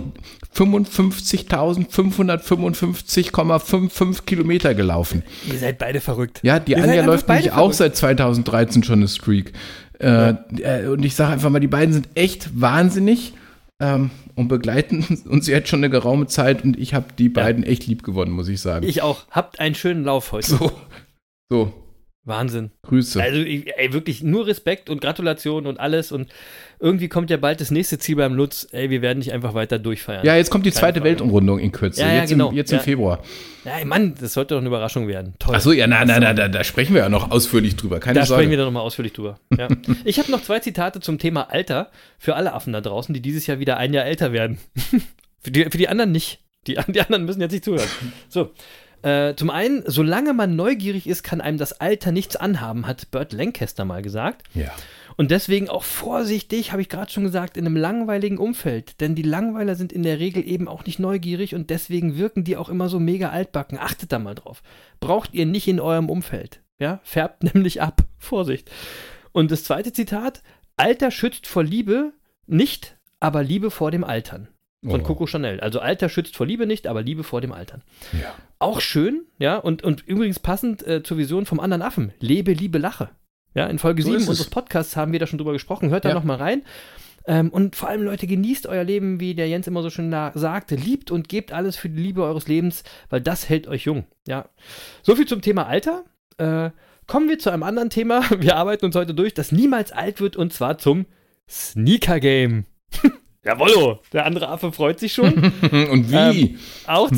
55.555,55 Kilometer gelaufen. Ihr seid beide verrückt. Ja, die Anja läuft nämlich auch seit 2013 schon eine Streak. Und ich sage einfach mal, die beiden sind echt wahnsinnig. und begleiten uns jetzt schon eine geraume Zeit und ich habe die beiden echt lieb gewonnen, muss ich sagen. Ich auch. Habt einen schönen Lauf heute. So. Wahnsinn. Grüße. Also wirklich nur Respekt und Gratulation und alles und irgendwie kommt ja bald das nächste Ziel beim Lutz. Wir werden nicht einfach weiter durchfeiern. Ja, jetzt kommt die zweite Weltumrundung in Kürze. Jetzt im Februar. Ja, Mann, das sollte doch eine Überraschung werden. Toll. Achso, ja, da sprechen wir ja noch ausführlich drüber. Keine Sorge. Da sprechen wir dann nochmal ausführlich drüber. Ja. Ich habe noch 2 Zitate zum Thema Alter für alle Affen da draußen, die dieses Jahr wieder ein Jahr älter werden. für die anderen nicht. Die anderen müssen jetzt nicht zuhören. So. Zum einen, solange man neugierig ist, kann einem das Alter nichts anhaben, hat Burt Lancaster mal gesagt. Ja. Und deswegen auch vorsichtig, habe ich gerade schon gesagt, in einem langweiligen Umfeld. Denn die Langweiler sind in der Regel eben auch nicht neugierig und deswegen wirken die auch immer so mega altbacken. Achtet da mal drauf. Braucht ihr nicht in eurem Umfeld. Ja, färbt nämlich ab. Vorsicht. Und das zweite Zitat, Alter schützt vor Liebe nicht, aber Liebe vor dem Altern. Von Coco Chanel. Also Alter schützt vor Liebe nicht, aber Liebe vor dem Altern. Ja. Auch schön, ja, und übrigens passend zur Vision vom anderen Affen. Lebe, liebe, lache. Ja, in Folge 7 unseres Podcasts haben wir da schon drüber gesprochen. Hört da noch mal rein. Und vor allem, Leute, genießt euer Leben, wie der Jens immer so schön sagte. Liebt und gebt alles für die Liebe eures Lebens, weil das hält euch jung. Ja. So viel zum Thema Alter. Kommen wir zu einem anderen Thema. Wir arbeiten uns heute durch, das niemals alt wird, und zwar zum Sneaker-Game. Jawollo, der andere Affe freut sich schon. Und wie? Auch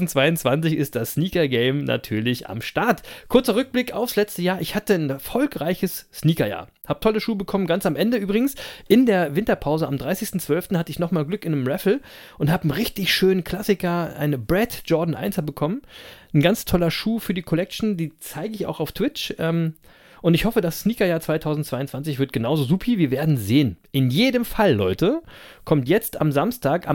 2022 ist das Sneaker-Game natürlich am Start. Kurzer Rückblick aufs letzte Jahr. Ich hatte ein erfolgreiches Sneakerjahr. Hab tolle Schuhe bekommen, ganz am Ende übrigens. In der Winterpause am 30.12. hatte ich nochmal Glück in einem Raffle und habe einen richtig schönen Klassiker, eine Brad Jordan 1er bekommen. Ein ganz toller Schuh für die Collection, die zeige ich auch auf Twitch. Und ich hoffe, das Sneakerjahr 2022 wird genauso supi. Wir werden sehen. In jedem Fall, Leute, kommt jetzt am Samstag, am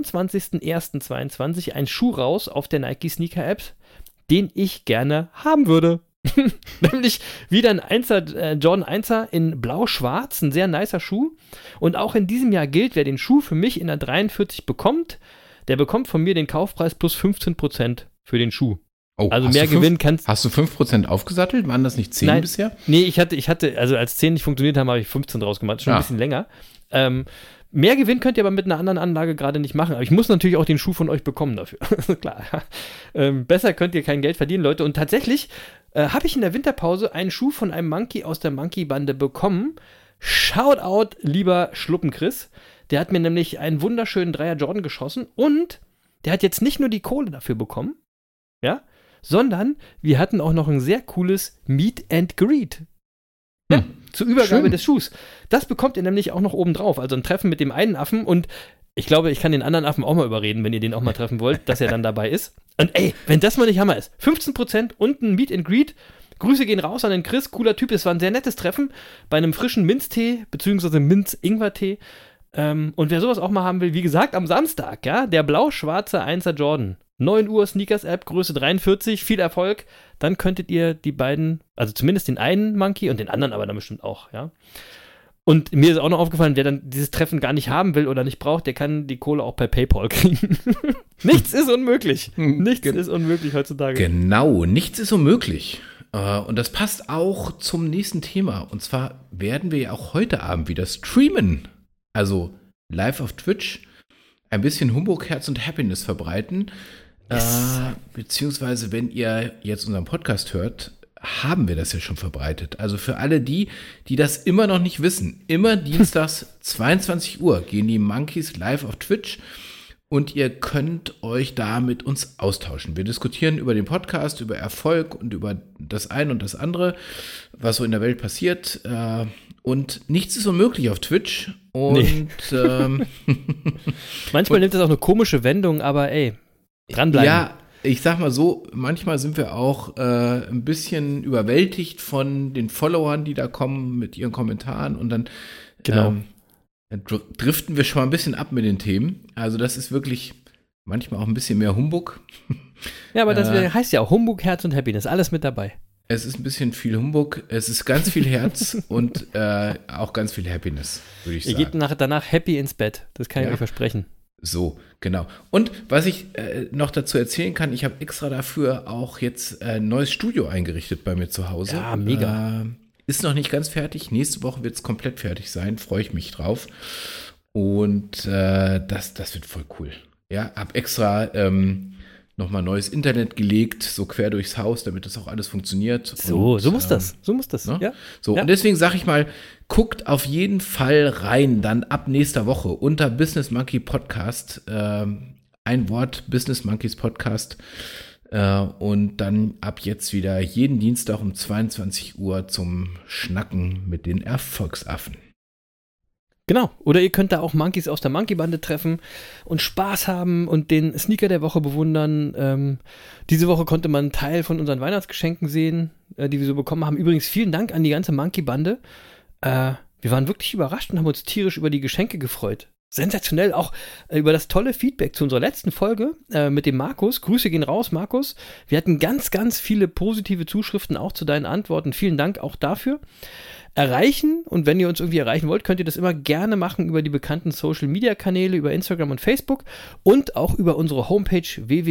22.01.22 ein Schuh raus auf der Nike Sneaker App, den ich gerne haben würde. Nämlich wieder ein Jordan 1er in blau-schwarz, ein sehr nicer Schuh. Und auch in diesem Jahr gilt, wer den Schuh für mich in der 43 bekommt, der bekommt von mir den Kaufpreis plus 15% für den Schuh. Oh, also mehr Gewinn kannst du. Hast du 5% aufgesattelt? Waren das nicht 10 bisher? Nee, ich hatte, also als 10 nicht funktioniert haben, habe ich 15 draus gemacht. Schon ein bisschen länger. Mehr Gewinn könnt ihr aber mit einer anderen Anlage gerade nicht machen. Aber ich muss natürlich auch den Schuh von euch bekommen dafür. Klar. Besser könnt ihr kein Geld verdienen, Leute. Und tatsächlich habe ich in der Winterpause einen Schuh von einem Monkey aus der Monkey-Bande bekommen. Shoutout, lieber Schluppen-Chris. Der hat mir nämlich einen wunderschönen 3er Jordan geschossen. Und der hat jetzt nicht nur die Kohle dafür bekommen, ja, sondern wir hatten auch noch ein sehr cooles Meet and Greet. Ja, zur Übergabe des Schuhs. Das bekommt ihr nämlich auch noch oben drauf. Also ein Treffen mit dem einen Affen und ich glaube, ich kann den anderen Affen auch mal überreden, wenn ihr den auch mal treffen wollt, dass er dann dabei ist. Und wenn das mal nicht Hammer ist. 15% und ein Meet and Greet. Grüße gehen raus an den Chris, cooler Typ. Es war ein sehr nettes Treffen bei einem frischen Minztee, beziehungsweise Minz-Ingwer-Tee. Und wer sowas auch mal haben will, wie gesagt, am Samstag, ja, der blau-schwarze 1er Jordan. 9 Uhr Sneakers-App, Größe 43, viel Erfolg. Dann könntet ihr die beiden, also zumindest den einen Monkey und den anderen aber dann bestimmt auch, ja. Und mir ist auch noch aufgefallen, wer dann dieses Treffen gar nicht haben will oder nicht braucht, der kann die Kohle auch per PayPal kriegen. Nichts ist unmöglich. Nichts ist unmöglich heutzutage. Genau, nichts ist unmöglich. Und das passt auch zum nächsten Thema. Und zwar werden wir ja auch heute Abend wieder streamen. Also live auf Twitch. Ein bisschen Humbug, Herz und Happiness verbreiten. Yes. Beziehungsweise, wenn ihr jetzt unseren Podcast hört, haben wir das ja schon verbreitet. Also für alle die das immer noch nicht wissen, immer dienstags 22 Uhr gehen die Monkeys live auf Twitch und ihr könnt euch da mit uns austauschen. Wir diskutieren über den Podcast, über Erfolg und über das eine und das andere, was so in der Welt passiert. Und nichts ist unmöglich auf Twitch. Und manchmal nimmt das auch eine komische Wendung, aber dranbleiben. Ja, ich sag mal so, manchmal sind wir auch ein bisschen überwältigt von den Followern, die da kommen mit ihren Kommentaren und dann driften wir schon mal ein bisschen ab mit den Themen. Also das ist wirklich manchmal auch ein bisschen mehr Humbug. Ja, aber das heißt ja auch Humbug, Herz und Happiness, alles mit dabei. Es ist ein bisschen viel Humbug, es ist ganz viel Herz und auch ganz viel Happiness, würde ich sagen. Ihr geht danach happy ins Bett, das kann ich euch versprechen. So, genau. Und was ich noch dazu erzählen kann, ich habe extra dafür auch jetzt ein neues Studio eingerichtet bei mir zu Hause. Ja, mega. Ist noch nicht ganz fertig, nächste Woche wird es komplett fertig sein, freue ich mich drauf. Und das wird voll cool. Ja, hab extra nochmal neues Internet gelegt, so quer durchs Haus, damit das auch alles funktioniert. So muss das. Ne? Ja. So, ja. Und deswegen sage ich mal, guckt auf jeden Fall rein, dann ab nächster Woche unter Business Monkey Podcast, ein Wort, Business Monkeys Podcast, und dann ab jetzt wieder jeden Dienstag um 22 Uhr zum Schnacken mit den Erfolgsaffen. Genau, oder ihr könnt da auch Monkeys aus der Monkey-Bande treffen und Spaß haben und den Sneaker der Woche bewundern. Diese Woche konnte man einen Teil von unseren Weihnachtsgeschenken sehen, die wir so bekommen haben. Übrigens vielen Dank an die ganze Monkey-Bande. Wir waren wirklich überrascht und haben uns tierisch über die Geschenke gefreut. Sensationell, auch über das tolle Feedback zu unserer letzten Folge mit dem Markus. Grüße gehen raus, Markus. Wir hatten ganz, ganz viele positive Zuschriften auch zu deinen Antworten. Vielen Dank auch dafür. Erreichen, und wenn ihr uns irgendwie erreichen wollt, könnt ihr das immer gerne machen über die bekannten Social-Media-Kanäle, über Instagram und Facebook und auch über unsere Homepage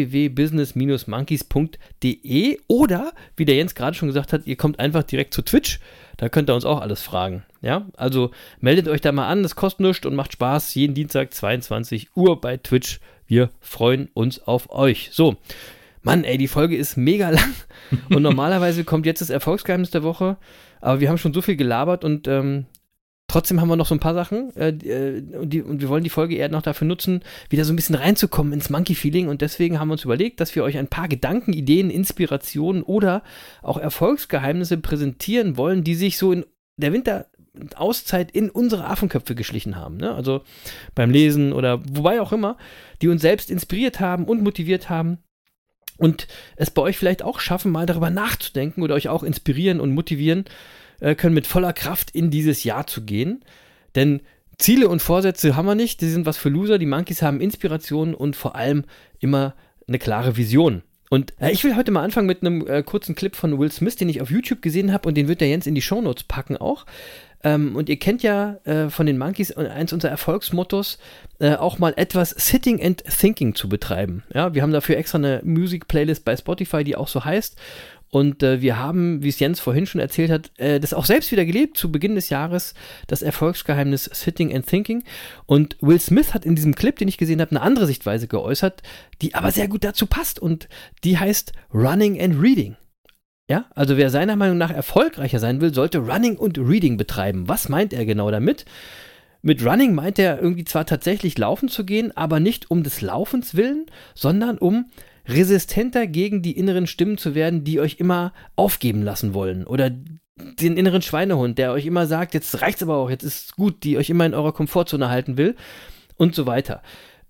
www.business-monkeys.de oder, wie der Jens gerade schon gesagt hat, ihr kommt einfach direkt zu Twitch, da könnt ihr uns auch alles fragen. Ja, also meldet euch da mal an, das kostet nichts und macht Spaß, jeden Dienstag 22 Uhr bei Twitch. Wir freuen uns auf euch. So, Mann, ey, die Folge ist mega lang und normalerweise kommt jetzt das Erfolgsgeheimnis der Woche, aber wir haben schon so viel gelabert und trotzdem haben wir noch so ein paar Sachen und wir wollen die Folge eher noch dafür nutzen, wieder so ein bisschen reinzukommen ins Monkey-Feeling, und deswegen haben wir uns überlegt, dass wir euch ein paar Gedanken, Ideen, Inspirationen oder auch Erfolgsgeheimnisse präsentieren wollen, die sich so in der Winterauszeit in unsere Affenköpfe geschlichen haben, ne? Also beim Lesen oder wobei auch immer, die uns selbst inspiriert haben und motiviert haben. Und es bei euch vielleicht auch schaffen, mal darüber nachzudenken oder euch auch inspirieren und motivieren können, mit voller Kraft in dieses Jahr zu gehen. Denn Ziele und Vorsätze haben wir nicht, die sind was für Loser. Die Monkeys haben Inspiration und vor allem immer eine klare Vision. Und ich will heute mal anfangen mit einem kurzen Clip von Will Smith, den ich auf YouTube gesehen habe, und den wird der Jens in die Shownotes packen auch. Und ihr kennt ja von den Monkeys eins unserer Erfolgsmottos, auch mal etwas Sitting and Thinking zu betreiben. Ja, wir haben dafür extra eine Music-Playlist bei Spotify, die auch so heißt. Und wir haben, wie es Jens vorhin schon erzählt hat, das auch selbst wieder gelebt zu Beginn des Jahres, das Erfolgsgeheimnis Sitting and Thinking. Und Will Smith hat in diesem Clip, den ich gesehen habe, eine andere Sichtweise geäußert, die aber sehr gut dazu passt, und die heißt Running and Reading. Ja, also wer seiner Meinung nach erfolgreicher sein will, sollte Running und Reading betreiben. Was meint er genau damit? Mit Running meint er irgendwie zwar tatsächlich laufen zu gehen, aber nicht um des Laufens willen, sondern um resistenter gegen die inneren Stimmen zu werden, die euch immer aufgeben lassen wollen. Oder den inneren Schweinehund, der euch immer sagt, jetzt reicht's aber auch, jetzt ist gut, die euch immer in eurer Komfortzone halten will und so weiter.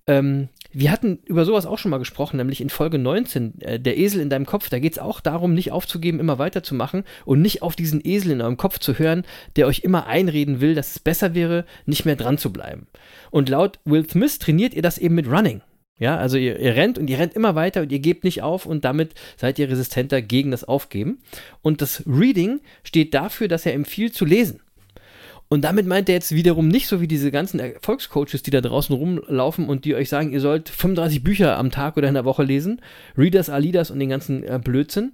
Wir hatten über sowas auch schon mal gesprochen, nämlich in Folge 19, der Esel in deinem Kopf. Da geht es auch darum, nicht aufzugeben, immer weiterzumachen und nicht auf diesen Esel in eurem Kopf zu hören, der euch immer einreden will, dass es besser wäre, nicht mehr dran zu bleiben. Und laut Will Smith trainiert ihr das eben mit Running. Ja, also ihr rennt und ihr rennt immer weiter und ihr gebt nicht auf, und damit seid ihr resistenter gegen das Aufgeben. Und das Reading steht dafür, dass er empfiehlt zu lesen. Und damit meint er jetzt wiederum nicht so wie diese ganzen Erfolgscoaches, die da draußen rumlaufen und die euch sagen, ihr sollt 35 Bücher am Tag oder in der Woche lesen, Readers are Leaders und den ganzen Blödsinn,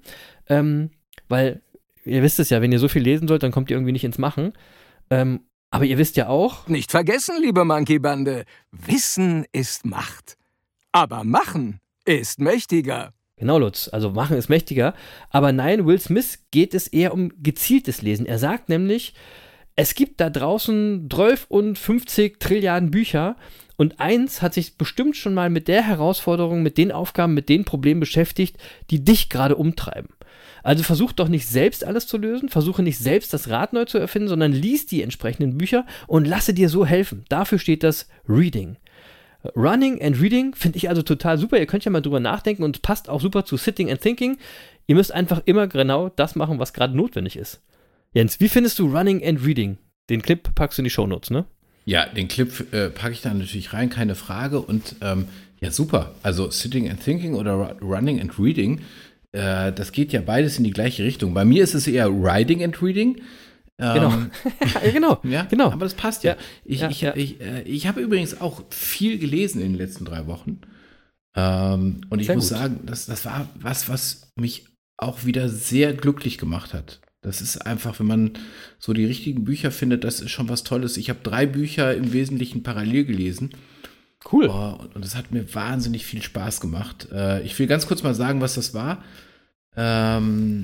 weil ihr wisst es ja, wenn ihr so viel lesen sollt, dann kommt ihr irgendwie nicht ins Machen. Aber ihr wisst ja auch... Nicht vergessen, liebe Monkey-Bande, Wissen ist Macht. Aber Machen ist mächtiger. Genau, Lutz, also Machen ist mächtiger. Aber nein, Will Smith geht es eher um gezieltes Lesen. Er sagt nämlich, es gibt da draußen 12 und 50 Trilliarden Bücher, und eins hat sich bestimmt schon mal mit der Herausforderung, mit den Aufgaben, mit den Problemen beschäftigt, die dich gerade umtreiben. Also versuch doch nicht selbst alles zu lösen, versuche nicht selbst das Rad neu zu erfinden, sondern lies die entsprechenden Bücher und lasse dir so helfen. Dafür steht das Reading. Running and Reading finde ich also total super. Ihr könnt ja mal drüber nachdenken, und es passt auch super zu Sitting and Thinking. Ihr müsst einfach immer genau das machen, was gerade notwendig ist. Jens, wie findest du Running and Reading? Den Clip packst du in die Shownotes, ne? Ja, den Clip packe ich da natürlich rein, keine Frage. Und ja, super. Also Sitting and Thinking oder Running and Reading, das geht ja beides in die gleiche Richtung. Bei mir ist es eher Riding and Reading. Genau. Ja, genau. Aber das passt ja. Ich habe übrigens auch viel gelesen in den letzten 3 Wochen. Und ich muss sagen, das war was mich auch wieder sehr glücklich gemacht hat. Das ist einfach, wenn man so die richtigen Bücher findet, das ist schon was Tolles. Ich habe 3 Bücher im Wesentlichen parallel gelesen. Cool. Und das hat mir wahnsinnig viel Spaß gemacht. Ich will ganz kurz mal sagen, was das war. Das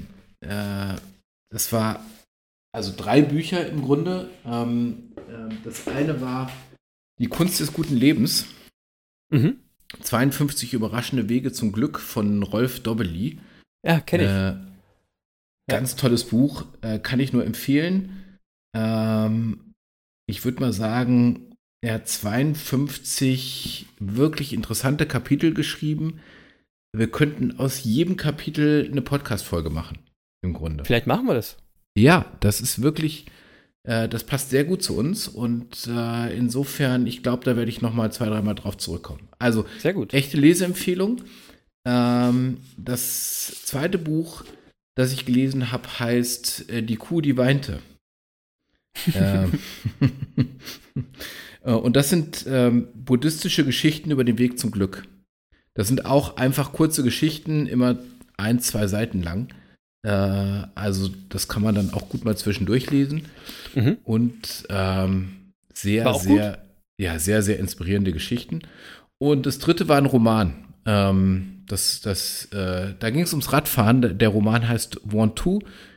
war also 3 Bücher im Grunde. Das eine war Die Kunst des guten Lebens. 52 überraschende Wege zum Glück von Rolf Dobbeli. Ja, kenne ich. Ganz tolles Buch, kann ich nur empfehlen. Ich würde mal sagen, er hat 52 wirklich interessante Kapitel geschrieben. Wir könnten aus jedem Kapitel eine Podcast-Folge machen, im Grunde. Vielleicht machen wir das. Ja, das ist wirklich, das passt sehr gut zu uns und insofern, ich glaube, da werde ich noch mal 2-3 Mal drauf zurückkommen. Also, sehr gut. Echte Leseempfehlung. Das zweite Buch, das ich gelesen habe, heißt Die Kuh, die weinte. Und das sind buddhistische Geschichten über den Weg zum Glück. Das sind auch einfach kurze Geschichten, immer 1-2 Seiten lang. Also das kann man dann auch gut mal zwischendurch lesen. Und sehr, sehr inspirierende Geschichten. Und das dritte war ein Roman. Da ging es ums Radfahren. Der Roman heißt Ventoux.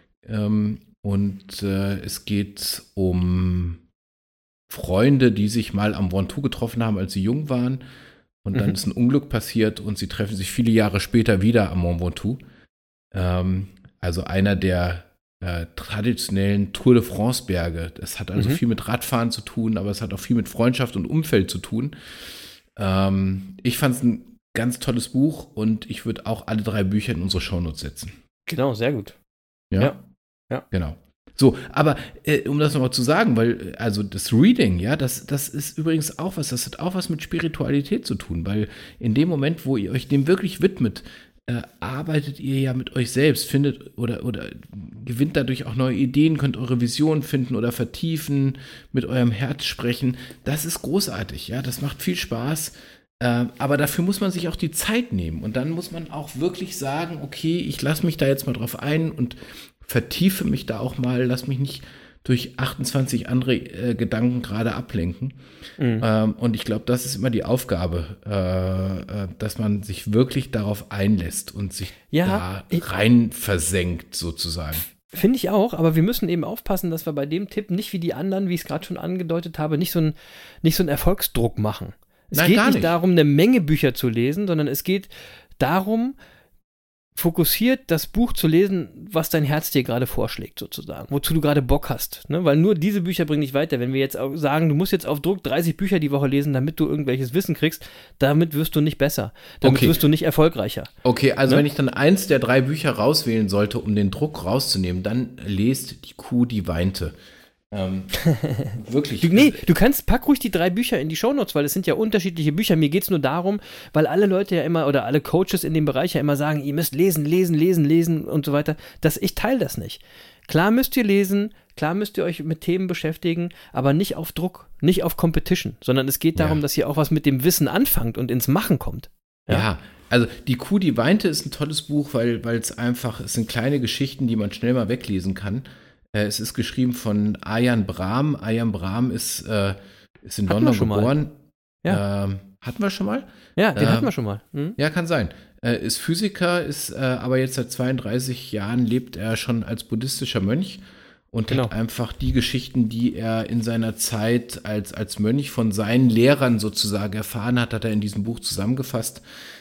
Und es geht um Freunde, die sich mal am Ventoux getroffen haben, als sie jung waren. Und dann ist ein Unglück passiert und sie treffen sich viele Jahre später wieder am Mont Ventoux. Also einer der traditionellen Tour de France-Berge. Das hat also viel mit Radfahren zu tun, aber es hat auch viel mit Freundschaft und Umfeld zu tun. Ich fand es ein ganz tolles Buch und ich würde auch alle 3 Bücher in unsere Shownotes setzen. Genau, sehr gut. Ja. Genau. So, aber um das nochmal zu sagen, weil, also das Reading, ja, das ist übrigens auch was, das hat auch was mit Spiritualität zu tun, weil in dem Moment, wo ihr euch dem wirklich widmet, arbeitet ihr ja mit euch selbst, findet oder gewinnt dadurch auch neue Ideen, könnt eure Vision finden oder vertiefen, mit eurem Herz sprechen. Das ist großartig, ja, das macht viel Spaß. Aber dafür muss man sich auch die Zeit nehmen und dann muss man auch wirklich sagen, okay, ich lasse mich da jetzt mal drauf ein und vertiefe mich da auch mal, lass mich nicht durch 28 andere Gedanken gerade ablenken. Und ich glaube, das ist immer die Aufgabe, dass man sich wirklich darauf einlässt und sich da rein versenkt sozusagen. Finde ich auch, aber wir müssen eben aufpassen, dass wir bei dem Tipp nicht wie die anderen, wie ich es gerade schon angedeutet habe, nicht so einen Erfolgsdruck machen. Es geht nicht darum, eine Menge Bücher zu lesen, sondern es geht darum, fokussiert das Buch zu lesen, was dein Herz dir gerade vorschlägt, sozusagen, wozu du gerade Bock hast. Ne? Weil nur diese Bücher bringen dich weiter. Wenn wir jetzt auch sagen, du musst jetzt auf Druck 30 Bücher die Woche lesen, damit du irgendwelches Wissen kriegst, damit wirst du nicht besser. Damit wirst du nicht erfolgreicher. Okay, also wenn ich dann eins der 3 Bücher rauswählen sollte, um den Druck rauszunehmen, dann lest Die Kuh, die weinte. Wirklich. Du pack ruhig die 3 Bücher in die Shownotes, weil es sind ja unterschiedliche Bücher. Mir geht es nur darum, weil alle Leute ja immer oder alle Coaches in dem Bereich ja immer sagen, ihr müsst lesen und so weiter. Ich teile das nicht. Klar müsst ihr lesen, klar müsst ihr euch mit Themen beschäftigen, aber nicht auf Druck, nicht auf Competition, sondern es geht darum, dass ihr auch was mit dem Wissen anfangt und ins Machen kommt. Ja, also Die Kuh, die weinte ist ein tolles Buch, weil es sind kleine Geschichten, die man schnell mal weglesen kann. Es ist geschrieben von Ayan Brahm. Ayan Brahm ist in London geboren. Ja. Hatten wir schon mal? Ja, den hatten wir schon mal. Ja, kann sein. Ist Physiker, ist aber jetzt seit 32 Jahren lebt er schon als buddhistischer Mönch und hat einfach die Geschichten, die er in seiner Zeit als Mönch von seinen Lehrern sozusagen erfahren hat, hat er in diesem Buch zusammengefasst.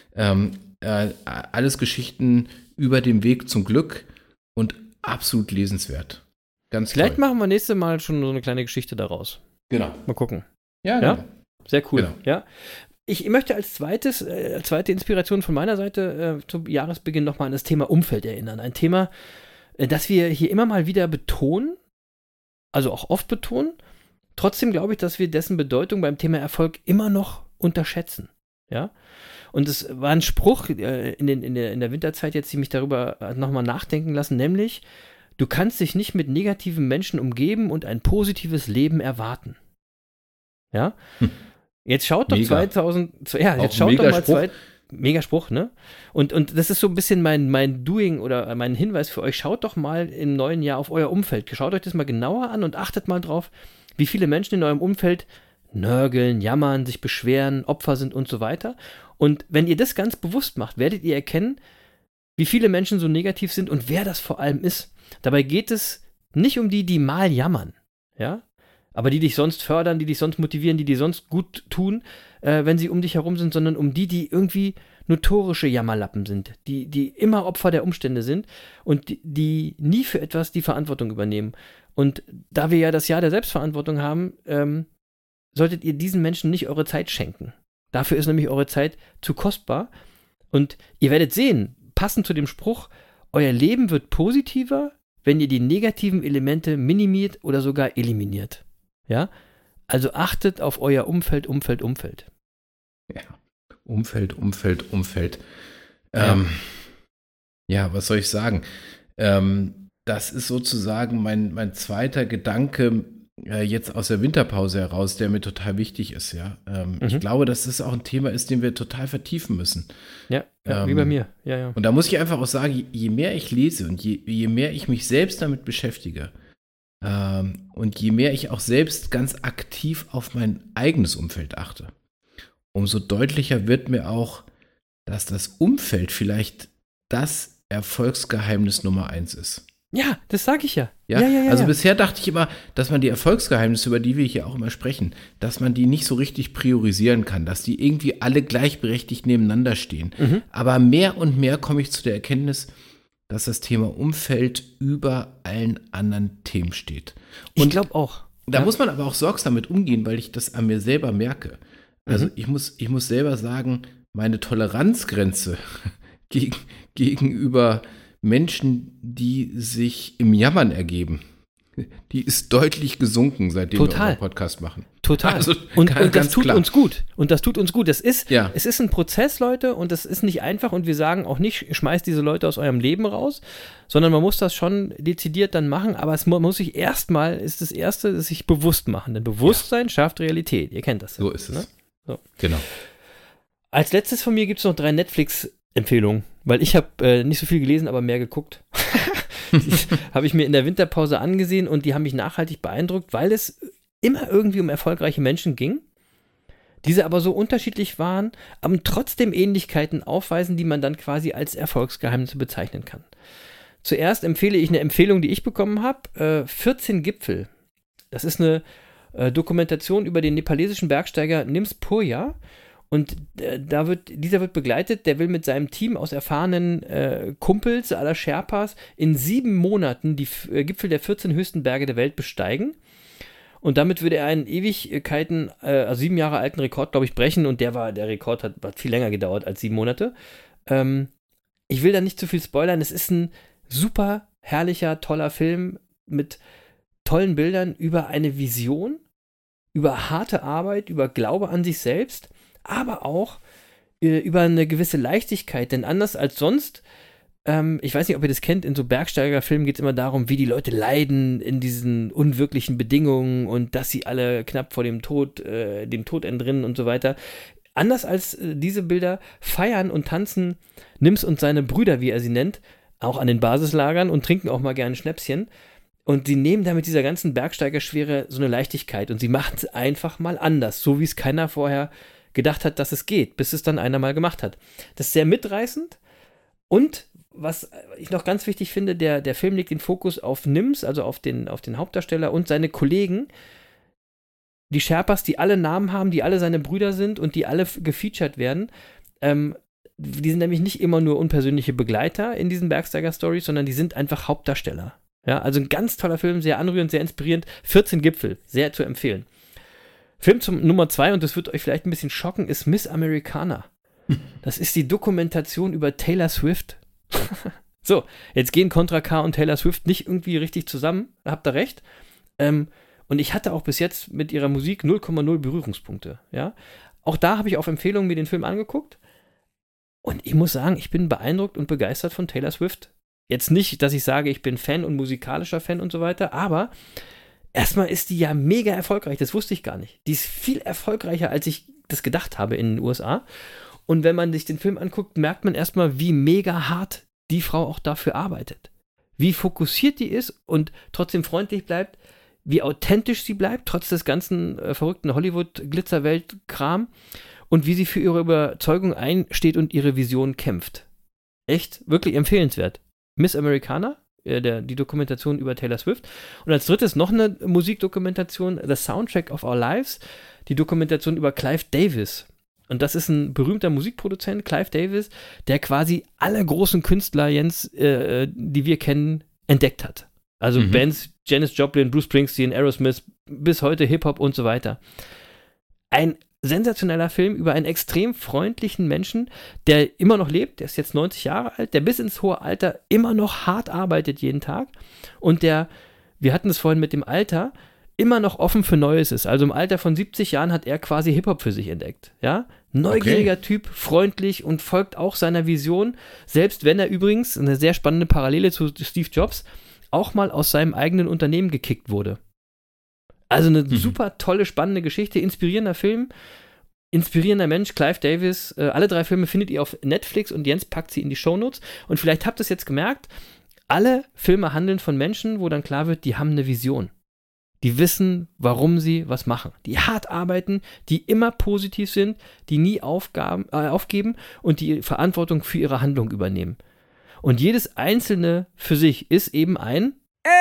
Alles Geschichten über den Weg zum Glück und absolut lesenswert. Ganz Vielleicht machen wir nächstes Mal schon so eine kleine Geschichte daraus. Genau. Mal gucken. Ja, genau. Sehr cool. Genau. Ja. Ich möchte als zweite Inspiration von meiner Seite zum Jahresbeginn nochmal an das Thema Umfeld erinnern. Ein Thema, das wir hier immer mal wieder betonen, also auch oft betonen. Trotzdem glaube ich, dass wir dessen Bedeutung beim Thema Erfolg immer noch unterschätzen. Ja. Und es war ein Spruch in der Winterzeit jetzt, die mich darüber nochmal nachdenken lassen, nämlich, du kannst dich nicht mit negativen Menschen umgeben und ein positives Leben erwarten. Ja? Jetzt schaut doch mega. 2000, ja, jetzt schaut doch mal Mega Spruch, ne? Und das ist so ein bisschen mein Doing oder mein Hinweis für euch. Schaut doch mal im neuen Jahr auf euer Umfeld. Schaut euch das mal genauer an und achtet mal drauf, wie viele Menschen in eurem Umfeld nörgeln, jammern, sich beschweren, Opfer sind und so weiter. Und wenn ihr das ganz bewusst macht, werdet ihr erkennen, wie viele Menschen so negativ sind und wer das vor allem ist. Dabei geht es nicht um die mal jammern, ja? Aber die dich sonst fördern, die dich sonst motivieren, die dir sonst gut tun, wenn sie um dich herum sind, sondern um die irgendwie notorische Jammerlappen sind, die immer Opfer der Umstände sind und die nie für etwas die Verantwortung übernehmen. Und da wir ja das Jahr der Selbstverantwortung haben, solltet ihr diesen Menschen nicht eure Zeit schenken. Dafür ist nämlich eure Zeit zu kostbar. Und ihr werdet sehen, passend zu dem Spruch, euer Leben wird positiver, wenn ihr die negativen Elemente minimiert oder sogar eliminiert. Ja? Also achtet auf euer Umfeld. Ja, Umfeld. Ja, was soll ich sagen? Das ist sozusagen mein zweiter Gedanke jetzt aus der Winterpause heraus, der mir total wichtig ist. Ja, ich glaube, dass das auch ein Thema ist, den wir total vertiefen müssen. Ja, wie bei mir. Ja. Und da muss ich einfach auch sagen, je mehr ich lese und je mehr ich mich selbst damit beschäftige und je mehr ich auch selbst ganz aktiv auf mein eigenes Umfeld achte, umso deutlicher wird mir auch, dass das Umfeld vielleicht das Erfolgsgeheimnis Nummer 1 ist. Ja, das sage ich ja. Ja. Also bisher dachte ich immer, dass man die Erfolgsgeheimnisse, über die wir hier auch immer sprechen, dass man die nicht so richtig priorisieren kann, dass die irgendwie alle gleichberechtigt nebeneinander stehen. Aber mehr und mehr komme ich zu der Erkenntnis, dass das Thema Umfeld über allen anderen Themen steht. Und ich glaube auch. Da muss man aber auch sorgsam mit umgehen, weil ich das an mir selber merke. Also ich muss selber sagen, meine Toleranzgrenze gegenüber Menschen, die sich im Jammern ergeben, die ist deutlich gesunken, seitdem wir unseren Podcast machen. Total. Also, und das tut uns gut. Und das tut uns gut. Es ist ein Prozess, Leute, und das ist nicht einfach. Und wir sagen auch nicht, schmeißt diese Leute aus eurem Leben raus, sondern man muss das schon dezidiert dann machen. Aber es muss sich ist das Erste, sich bewusst machen. Denn Bewusstsein schafft Realität. Ihr kennt das. So ist es. Ne? So. Genau. Als letztes von mir gibt es noch 3 Netflix-Empfehlungen, weil ich habe nicht so viel gelesen, aber mehr geguckt. Die habe ich mir in der Winterpause angesehen und die haben mich nachhaltig beeindruckt, weil es immer irgendwie um erfolgreiche Menschen ging, diese aber so unterschiedlich waren, aber trotzdem Ähnlichkeiten aufweisen, die man dann quasi als Erfolgsgeheimnisse bezeichnen kann. Zuerst empfehle ich eine Empfehlung, die ich bekommen habe, 14 Gipfel. Das ist eine Dokumentation über den nepalesischen Bergsteiger Nims Purja. Und dieser wird begleitet, der will mit seinem Team aus erfahrenen Kumpels aller Sherpas in 7 Monaten die Gipfel der 14 höchsten Berge der Welt besteigen. Und damit würde er einen Ewigkeiten, also 7 Jahre alten Rekord, glaube ich, brechen. Und der Rekord hat viel länger gedauert als 7 Monate. Ich will da nicht zu viel spoilern. Es ist ein super herrlicher, toller Film mit tollen Bildern über eine Vision, über harte Arbeit, über Glaube an sich selbst, aber auch über eine gewisse Leichtigkeit, denn anders als sonst, ich weiß nicht, ob ihr das kennt, in so Bergsteigerfilmen geht es immer darum, wie die Leute leiden in diesen unwirklichen Bedingungen und dass sie alle knapp vor dem Tod entrinnen und so weiter. Anders als diese Bilder feiern und tanzen Nims und seine Brüder, wie er sie nennt, auch an den Basislagern und trinken auch mal gerne Schnäpschen. Und sie nehmen da mit dieser ganzen Bergsteigerschwere so eine Leichtigkeit und sie machen es einfach mal anders, so wie es keiner vorher gedacht hat, dass es geht, bis es dann einer mal gemacht hat. Das ist sehr mitreißend und was ich noch ganz wichtig finde, der Film legt den Fokus auf Nims, also auf den Hauptdarsteller und seine Kollegen, die Sherpas, die alle Namen haben, die alle seine Brüder sind und die alle gefeatured werden. Die sind nämlich nicht immer nur unpersönliche Begleiter in diesen Bergsteiger-Stories, sondern die sind einfach Hauptdarsteller. Ja, also ein ganz toller Film, sehr anrührend, sehr inspirierend. 14 Gipfel, sehr zu empfehlen. Film zum Nummer 2, und das wird euch vielleicht ein bisschen schocken, ist Miss Americana. Das ist die Dokumentation über Taylor Swift. So, jetzt gehen Contra K und Taylor Swift nicht irgendwie richtig zusammen, habt ihr recht. Und ich hatte auch bis jetzt mit ihrer Musik 0,0 Berührungspunkte. Ja? Auch da habe ich auf Empfehlung mir den Film angeguckt. Und ich muss sagen, ich bin beeindruckt und begeistert von Taylor Swift. Jetzt nicht, dass ich sage, ich bin Fan und musikalischer Fan und so weiter, aber erstmal ist die ja mega erfolgreich, das wusste ich gar nicht. Die ist viel erfolgreicher, als ich das gedacht habe in den USA. Und wenn man sich den Film anguckt, merkt man erstmal, wie mega hart die Frau auch dafür arbeitet. Wie fokussiert die ist und trotzdem freundlich bleibt, wie authentisch sie bleibt, trotz des ganzen verrückten Hollywood-Glitzerwelt-Kram und wie sie für ihre Überzeugung einsteht und ihre Vision kämpft. Echt, wirklich empfehlenswert. Miss Americana, die Dokumentation über Taylor Swift. Und als drittes noch eine Musikdokumentation, The Soundtrack of Our Lives, die Dokumentation über Clive Davis. Und das ist ein berühmter Musikproduzent, Clive Davis, der quasi alle großen Künstler, Jens, die wir kennen, entdeckt hat. Also Bands, Janis Joplin, Bruce Springsteen, Aerosmith, bis heute Hip-Hop und so weiter. Ein sensationeller Film über einen extrem freundlichen Menschen, der immer noch lebt, der ist jetzt 90 Jahre alt, der bis ins hohe Alter immer noch hart arbeitet jeden Tag und der, wir hatten es vorhin mit dem Alter, immer noch offen für Neues ist. Also im Alter von 70 Jahren hat er quasi Hip-Hop für sich entdeckt. Ja? Neugieriger Typ, freundlich und folgt auch seiner Vision, selbst wenn er übrigens, eine sehr spannende Parallele zu Steve Jobs, auch mal aus seinem eigenen Unternehmen gekickt wurde. Also eine super tolle, spannende Geschichte, inspirierender Film, inspirierender Mensch, Clive Davis. Alle 3 Filme findet ihr auf Netflix und Jens packt sie in die Shownotes. Und vielleicht habt ihr es jetzt gemerkt, alle Filme handeln von Menschen, wo dann klar wird, die haben eine Vision. Die wissen, warum sie was machen. Die hart arbeiten, die immer positiv sind, die nie aufgeben und die Verantwortung für ihre Handlung übernehmen. Und jedes einzelne für sich ist eben ein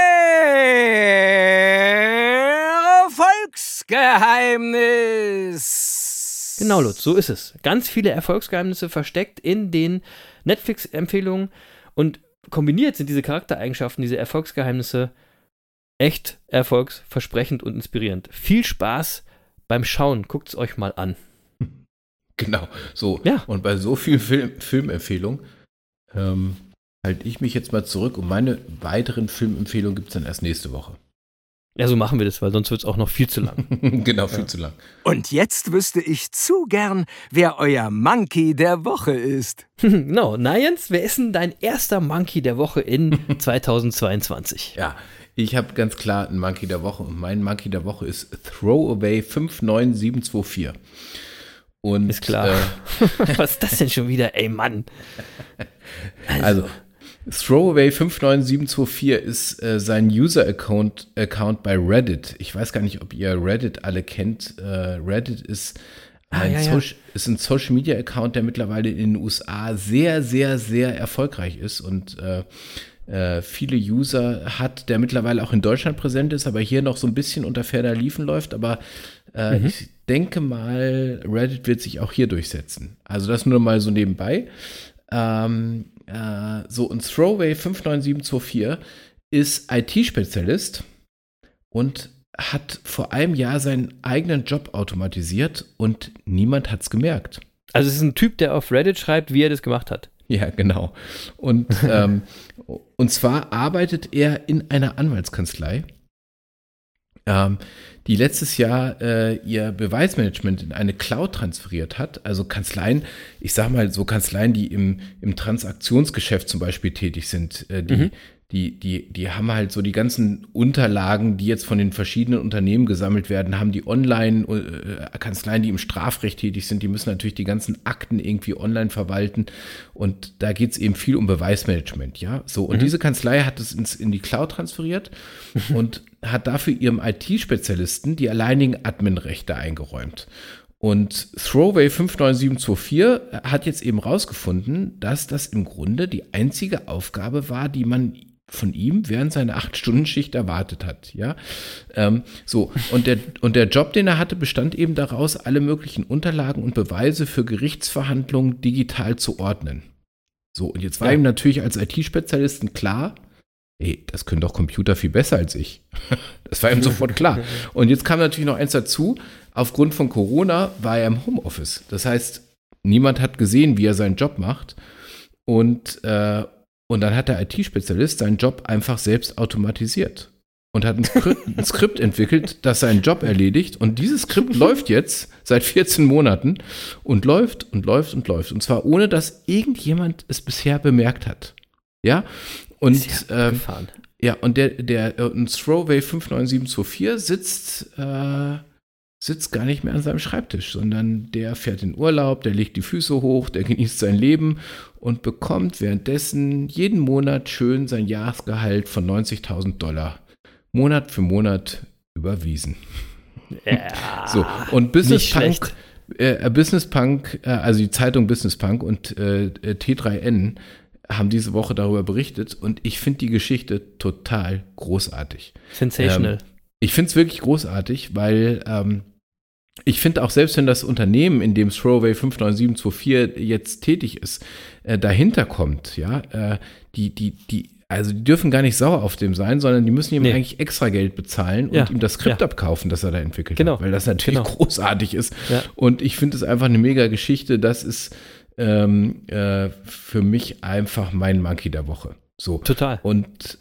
Erfolgsgeheimnis. Genau, Lutz, so ist es. Ganz viele Erfolgsgeheimnisse versteckt in den Netflix-Empfehlungen und kombiniert sind diese Charaktereigenschaften, diese Erfolgsgeheimnisse echt erfolgsversprechend und inspirierend. Viel Spaß beim Schauen. Guckt es euch mal an. Genau, so. Ja. Und bei so vielen Filmempfehlungen halte ich mich jetzt mal zurück und meine weiteren Filmempfehlungen gibt es dann erst nächste Woche. Ja, so machen wir das, weil sonst wird es auch noch viel zu lang. Genau, viel zu lang. Und jetzt wüsste ich zu gern, wer euer Monkey der Woche ist. Genau, na Jens, wer ist denn dein erster Monkey der Woche in 2022? Ja, ich habe ganz klar einen Monkey der Woche und mein Monkey der Woche ist Throwaway 59724. Und, ist klar. Was ist das denn schon wieder? Ey, Mann. Also Throwaway 59724 ist sein User-Account bei Reddit. Ich weiß gar nicht, ob ihr Reddit alle kennt. Reddit ist ein Social-Media-Account, der mittlerweile in den USA sehr, sehr, sehr erfolgreich ist und viele User hat, der mittlerweile auch in Deutschland präsent ist, aber hier noch so ein bisschen unter ferner Liefen läuft. Aber ich denke mal, Reddit wird sich auch hier durchsetzen. Also das nur mal so nebenbei. Und Throwaway 59724 ist IT-Spezialist und hat vor einem Jahr seinen eigenen Job automatisiert und niemand hat es gemerkt. Also es ist ein Typ, der auf Reddit schreibt, wie er das gemacht hat. Ja, genau. Und zwar arbeitet er in einer Anwaltskanzlei, die letztes Jahr ihr Beweismanagement in eine Cloud transferiert hat. Also Kanzleien, ich sag mal so Kanzleien, die im Transaktionsgeschäft zum Beispiel tätig sind, die haben halt so die ganzen Unterlagen, die jetzt von den verschiedenen Unternehmen gesammelt werden, haben die Online-Kanzleien, die im Strafrecht tätig sind, die müssen natürlich die ganzen Akten irgendwie online verwalten und da geht es eben viel um Beweismanagement, ja, so und diese Kanzlei hat es in die Cloud transferiert und hat dafür ihrem IT-Spezialisten die alleinigen Adminrechte eingeräumt. Und Throwaway 59724 hat jetzt eben rausgefunden, dass das im Grunde die einzige Aufgabe war, die man von ihm während seiner 8-Stunden-Schicht erwartet hat, ja. Und der Job, den er hatte, bestand eben daraus, alle möglichen Unterlagen und Beweise für Gerichtsverhandlungen digital zu ordnen. So, und jetzt war ihm natürlich als IT-Spezialisten klar, das können doch Computer viel besser als ich. Das war ihm sofort klar. Und jetzt kam natürlich noch eins dazu, aufgrund von Corona war er im Homeoffice. Das heißt, niemand hat gesehen, wie er seinen Job macht. Und dann hat der IT-Spezialist seinen Job einfach selbst automatisiert und hat ein Skript entwickelt, das seinen Job erledigt. Und dieses Skript läuft jetzt seit 14 Monaten und läuft und läuft und läuft. Und zwar ohne, dass irgendjemand es bisher bemerkt hat. Ja, und und der Throwaway 59724 sitzt sitzt gar nicht mehr an seinem Schreibtisch, sondern der fährt in Urlaub, der legt die Füße hoch, der genießt sein Leben und bekommt währenddessen jeden Monat schön sein Jahresgehalt von $90.000 Monat für Monat überwiesen. Ja, so, und Business Punk, also die Zeitung Business Punk und T3N haben diese Woche darüber berichtet und ich finde die Geschichte total großartig. Sensational. Ich finde es wirklich großartig, weil ich finde auch, selbst wenn das Unternehmen, in dem Throwaway 59724 jetzt tätig ist, dahinter kommt, ja, die dürfen gar nicht sauer auf dem sein, sondern die müssen ihm eigentlich extra Geld bezahlen und ihm das Skript abkaufen, das er da entwickelt hat, weil das natürlich großartig ist. Ja. Und ich finde es einfach eine mega Geschichte. Das ist für mich einfach mein Monkey der Woche. So. Total. Und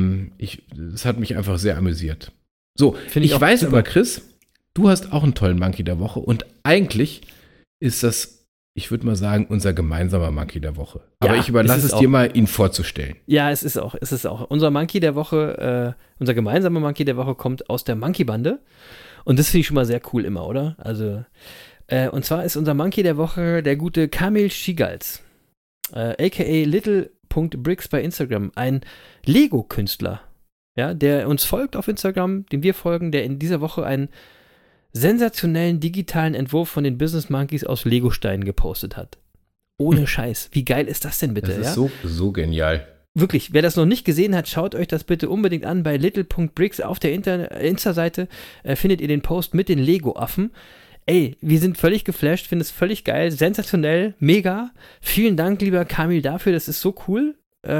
es hat mich einfach sehr amüsiert. So, ich weiß aber, Chris, du hast auch einen tollen Monkey der Woche und eigentlich ist das, ich würde mal sagen, unser gemeinsamer Monkey der Woche. Aber ich überlasse es dir mal, ihn vorzustellen. Ja, es ist auch. Unser Monkey der Woche, unser gemeinsamer Monkey der Woche kommt aus der Monkey-Bande und das finde ich schon mal sehr cool immer, oder? Also, und zwar ist unser Monkey der Woche der gute Kamil Schigals, aka Little.bricks bei Instagram, ein Lego-Künstler. Ja, der uns folgt auf Instagram, dem wir folgen, der in dieser Woche einen sensationellen digitalen Entwurf von den Business Monkeys aus Legosteinen gepostet hat. Ohne Scheiß. Wie geil ist das denn bitte? Das ist so genial. Wirklich, wer das noch nicht gesehen hat, schaut euch das bitte unbedingt an. Bei little.bricks auf der Insta-Seite findet ihr den Post mit den Lego-Affen. Ey, wir sind völlig geflasht, finden es völlig geil, sensationell, mega. Vielen Dank, lieber Kamil, dafür, das ist so cool.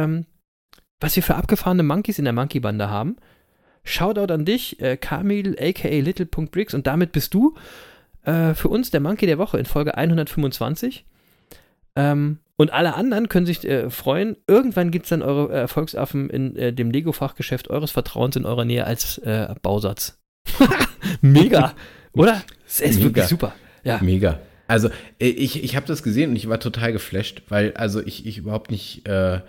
Was wir für abgefahrene Monkeys in der Monkey-Bande haben. Shoutout an dich, Kamil, aka Little.bricks, und damit bist du für uns der Monkey der Woche in Folge 125. Und alle anderen können sich freuen. Irgendwann gibt es dann eure Erfolgsaffen in dem Lego-Fachgeschäft eures Vertrauens in eurer Nähe als Bausatz. Mega, oder? Das ist wirklich super. Ja. Mega. Also ich habe das gesehen und ich war total geflasht, weil also ich überhaupt nicht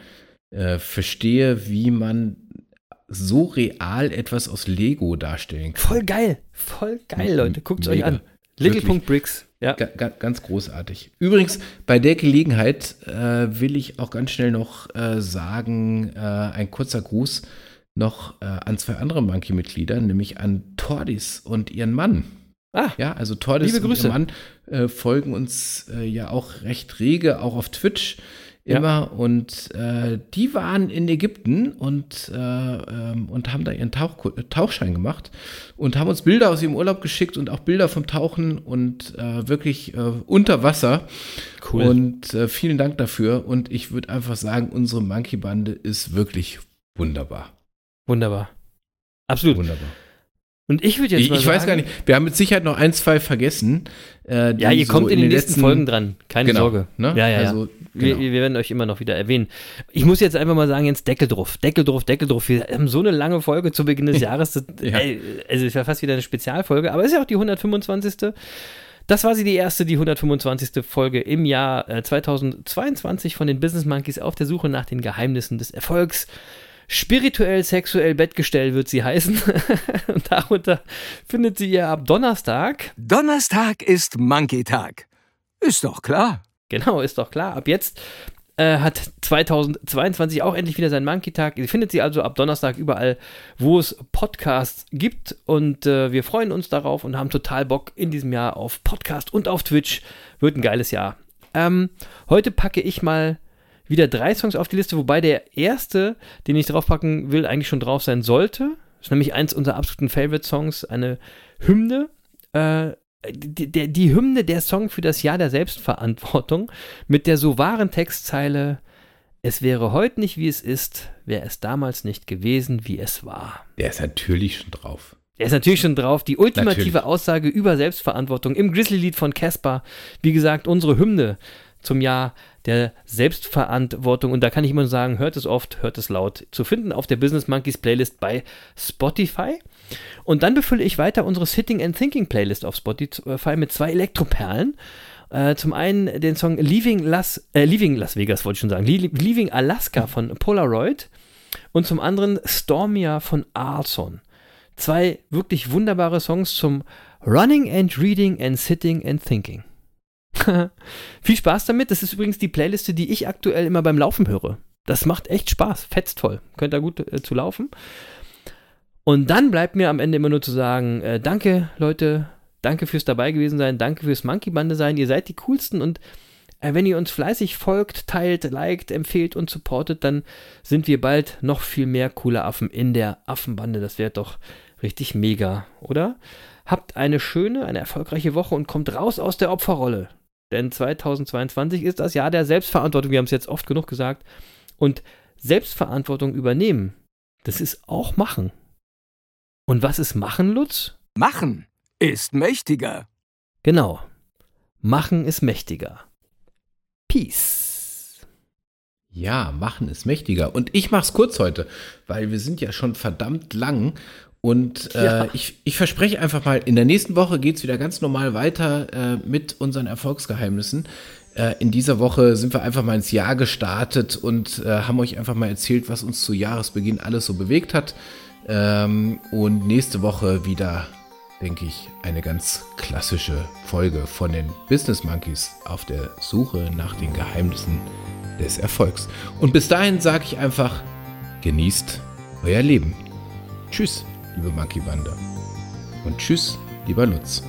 verstehe, wie man so real etwas aus Lego darstellen kann. Voll geil, Leute. Guckt es euch an. Little.bricks. Ja. Ganz großartig. Übrigens, bei der Gelegenheit will ich auch ganz schnell noch sagen, ein kurzer Gruß noch an 2 andere Monkey-Mitglieder, nämlich an Tordis und ihren Mann. Ja, also Tordis und ihr Mann folgen uns ja auch recht rege, auch auf Twitch. Immer und die waren in Ägypten und haben da ihren Tauchschein gemacht und haben uns Bilder aus ihrem Urlaub geschickt und auch Bilder vom Tauchen und wirklich unter Wasser. Cool. Und vielen Dank dafür und ich würde einfach sagen, unsere Monkey-Bande ist wirklich wunderbar. Wunderbar. Absolut. Wunderbar. Und ich würde jetzt mal sagen, ich weiß gar nicht, wir haben mit Sicherheit noch 1, 2 vergessen. Ihr kommt in den nächsten Folgen dran, keine Sorge. Ne? Ja. Also, wir werden euch immer noch wieder erwähnen. Ich muss jetzt einfach mal sagen, jetzt Deckel drauf. Wir haben so eine lange Folge zu Beginn des Jahres. Also es war fast wieder eine Spezialfolge, aber es ist ja auch die 125. Das war die 125. Folge im Jahr 2022 von den Business Monkeys auf der Suche nach den Geheimnissen des Erfolgs. Spirituell, sexuell, Bettgestell wird sie heißen. Und darunter findet sie ihr ab Donnerstag. Donnerstag ist Monkey-Tag. Ist doch klar. Genau, ist doch klar. Ab jetzt hat 2022 auch endlich wieder seinen Monkey-Tag. Sie findet sie also ab Donnerstag überall, wo es Podcasts gibt. Und wir freuen uns darauf und haben total Bock in diesem Jahr auf Podcast und auf Twitch. Wird ein geiles Jahr. Heute packe ich mal wieder 3 Songs auf die Liste, wobei der erste, den ich draufpacken will, eigentlich schon drauf sein sollte. Das ist nämlich eins unserer absoluten Favorite-Songs, eine Hymne. Die Hymne, der Song für das Jahr der Selbstverantwortung mit der so wahren Textzeile: Es wäre heute nicht, wie es ist, wäre es damals nicht gewesen, wie es war. Der ist natürlich schon drauf. Die ultimative Aussage über Selbstverantwortung im Grizzly-Lied von Caspar. Wie gesagt, unsere Hymne zum Jahr der Selbstverantwortung. Und da kann ich immer sagen, hört es oft, hört es laut. Zu finden auf der Business Monkeys Playlist bei Spotify. Und dann befülle ich weiter unsere Sitting and Thinking Playlist auf Spotify mit 2 Elektroperlen. Zum einen den Song Leaving Las Vegas, wollte ich schon sagen. Leaving Alaska von Polaroid. Und zum anderen Stormia von Arlson. 2 wirklich wunderbare Songs zum Running and Reading and Sitting and Thinking. Viel Spaß damit. Das ist übrigens die Playliste, die ich aktuell immer beim Laufen höre. Das macht echt Spaß. Fetzt toll. Könnt ihr gut zu laufen. Und dann bleibt mir am Ende immer nur zu sagen, danke Leute, danke fürs dabei gewesen sein, danke fürs Monkey-Bande sein. Ihr seid die coolsten und wenn ihr uns fleißig folgt, teilt, liked, empfehlt und supportet, dann sind wir bald noch viel mehr coole Affen in der Affenbande. Das wäre doch richtig mega, oder? Habt eine schöne, eine erfolgreiche Woche und kommt raus aus der Opferrolle. Denn 2022 ist das Jahr der Selbstverantwortung. Wir haben es jetzt oft genug gesagt. Und Selbstverantwortung übernehmen, das ist auch machen. Und was ist machen, Lutz? Machen ist mächtiger. Genau. Machen ist mächtiger. Peace. Ja, machen ist mächtiger. Und ich mach's kurz heute, weil wir sind ja schon verdammt lang. Und ich verspreche einfach mal, in der nächsten Woche geht's wieder ganz normal weiter mit unseren Erfolgsgeheimnissen. In dieser Woche sind wir einfach mal ins Jahr gestartet und haben euch einfach mal erzählt, was uns zu Jahresbeginn alles so bewegt hat. Und nächste Woche wieder, denke ich, eine ganz klassische Folge von den Business Monkeys auf der Suche nach den Geheimnissen des Erfolgs. Und bis dahin sage ich einfach, genießt euer Leben. Tschüss, liebe Monkey-Bande. Und tschüss, lieber Lutz.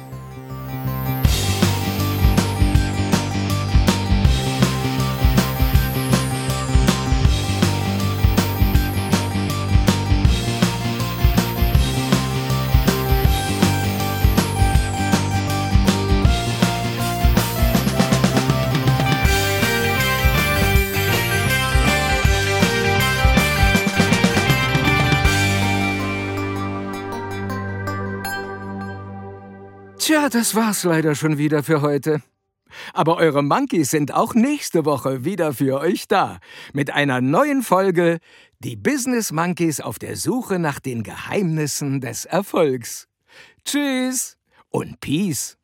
Tja, das war's leider schon wieder für heute. Aber eure Monkeys sind auch nächste Woche wieder für euch da. Mit einer neuen Folge Die Business Monkeys auf der Suche nach den Geheimnissen des Erfolgs. Tschüss und Peace.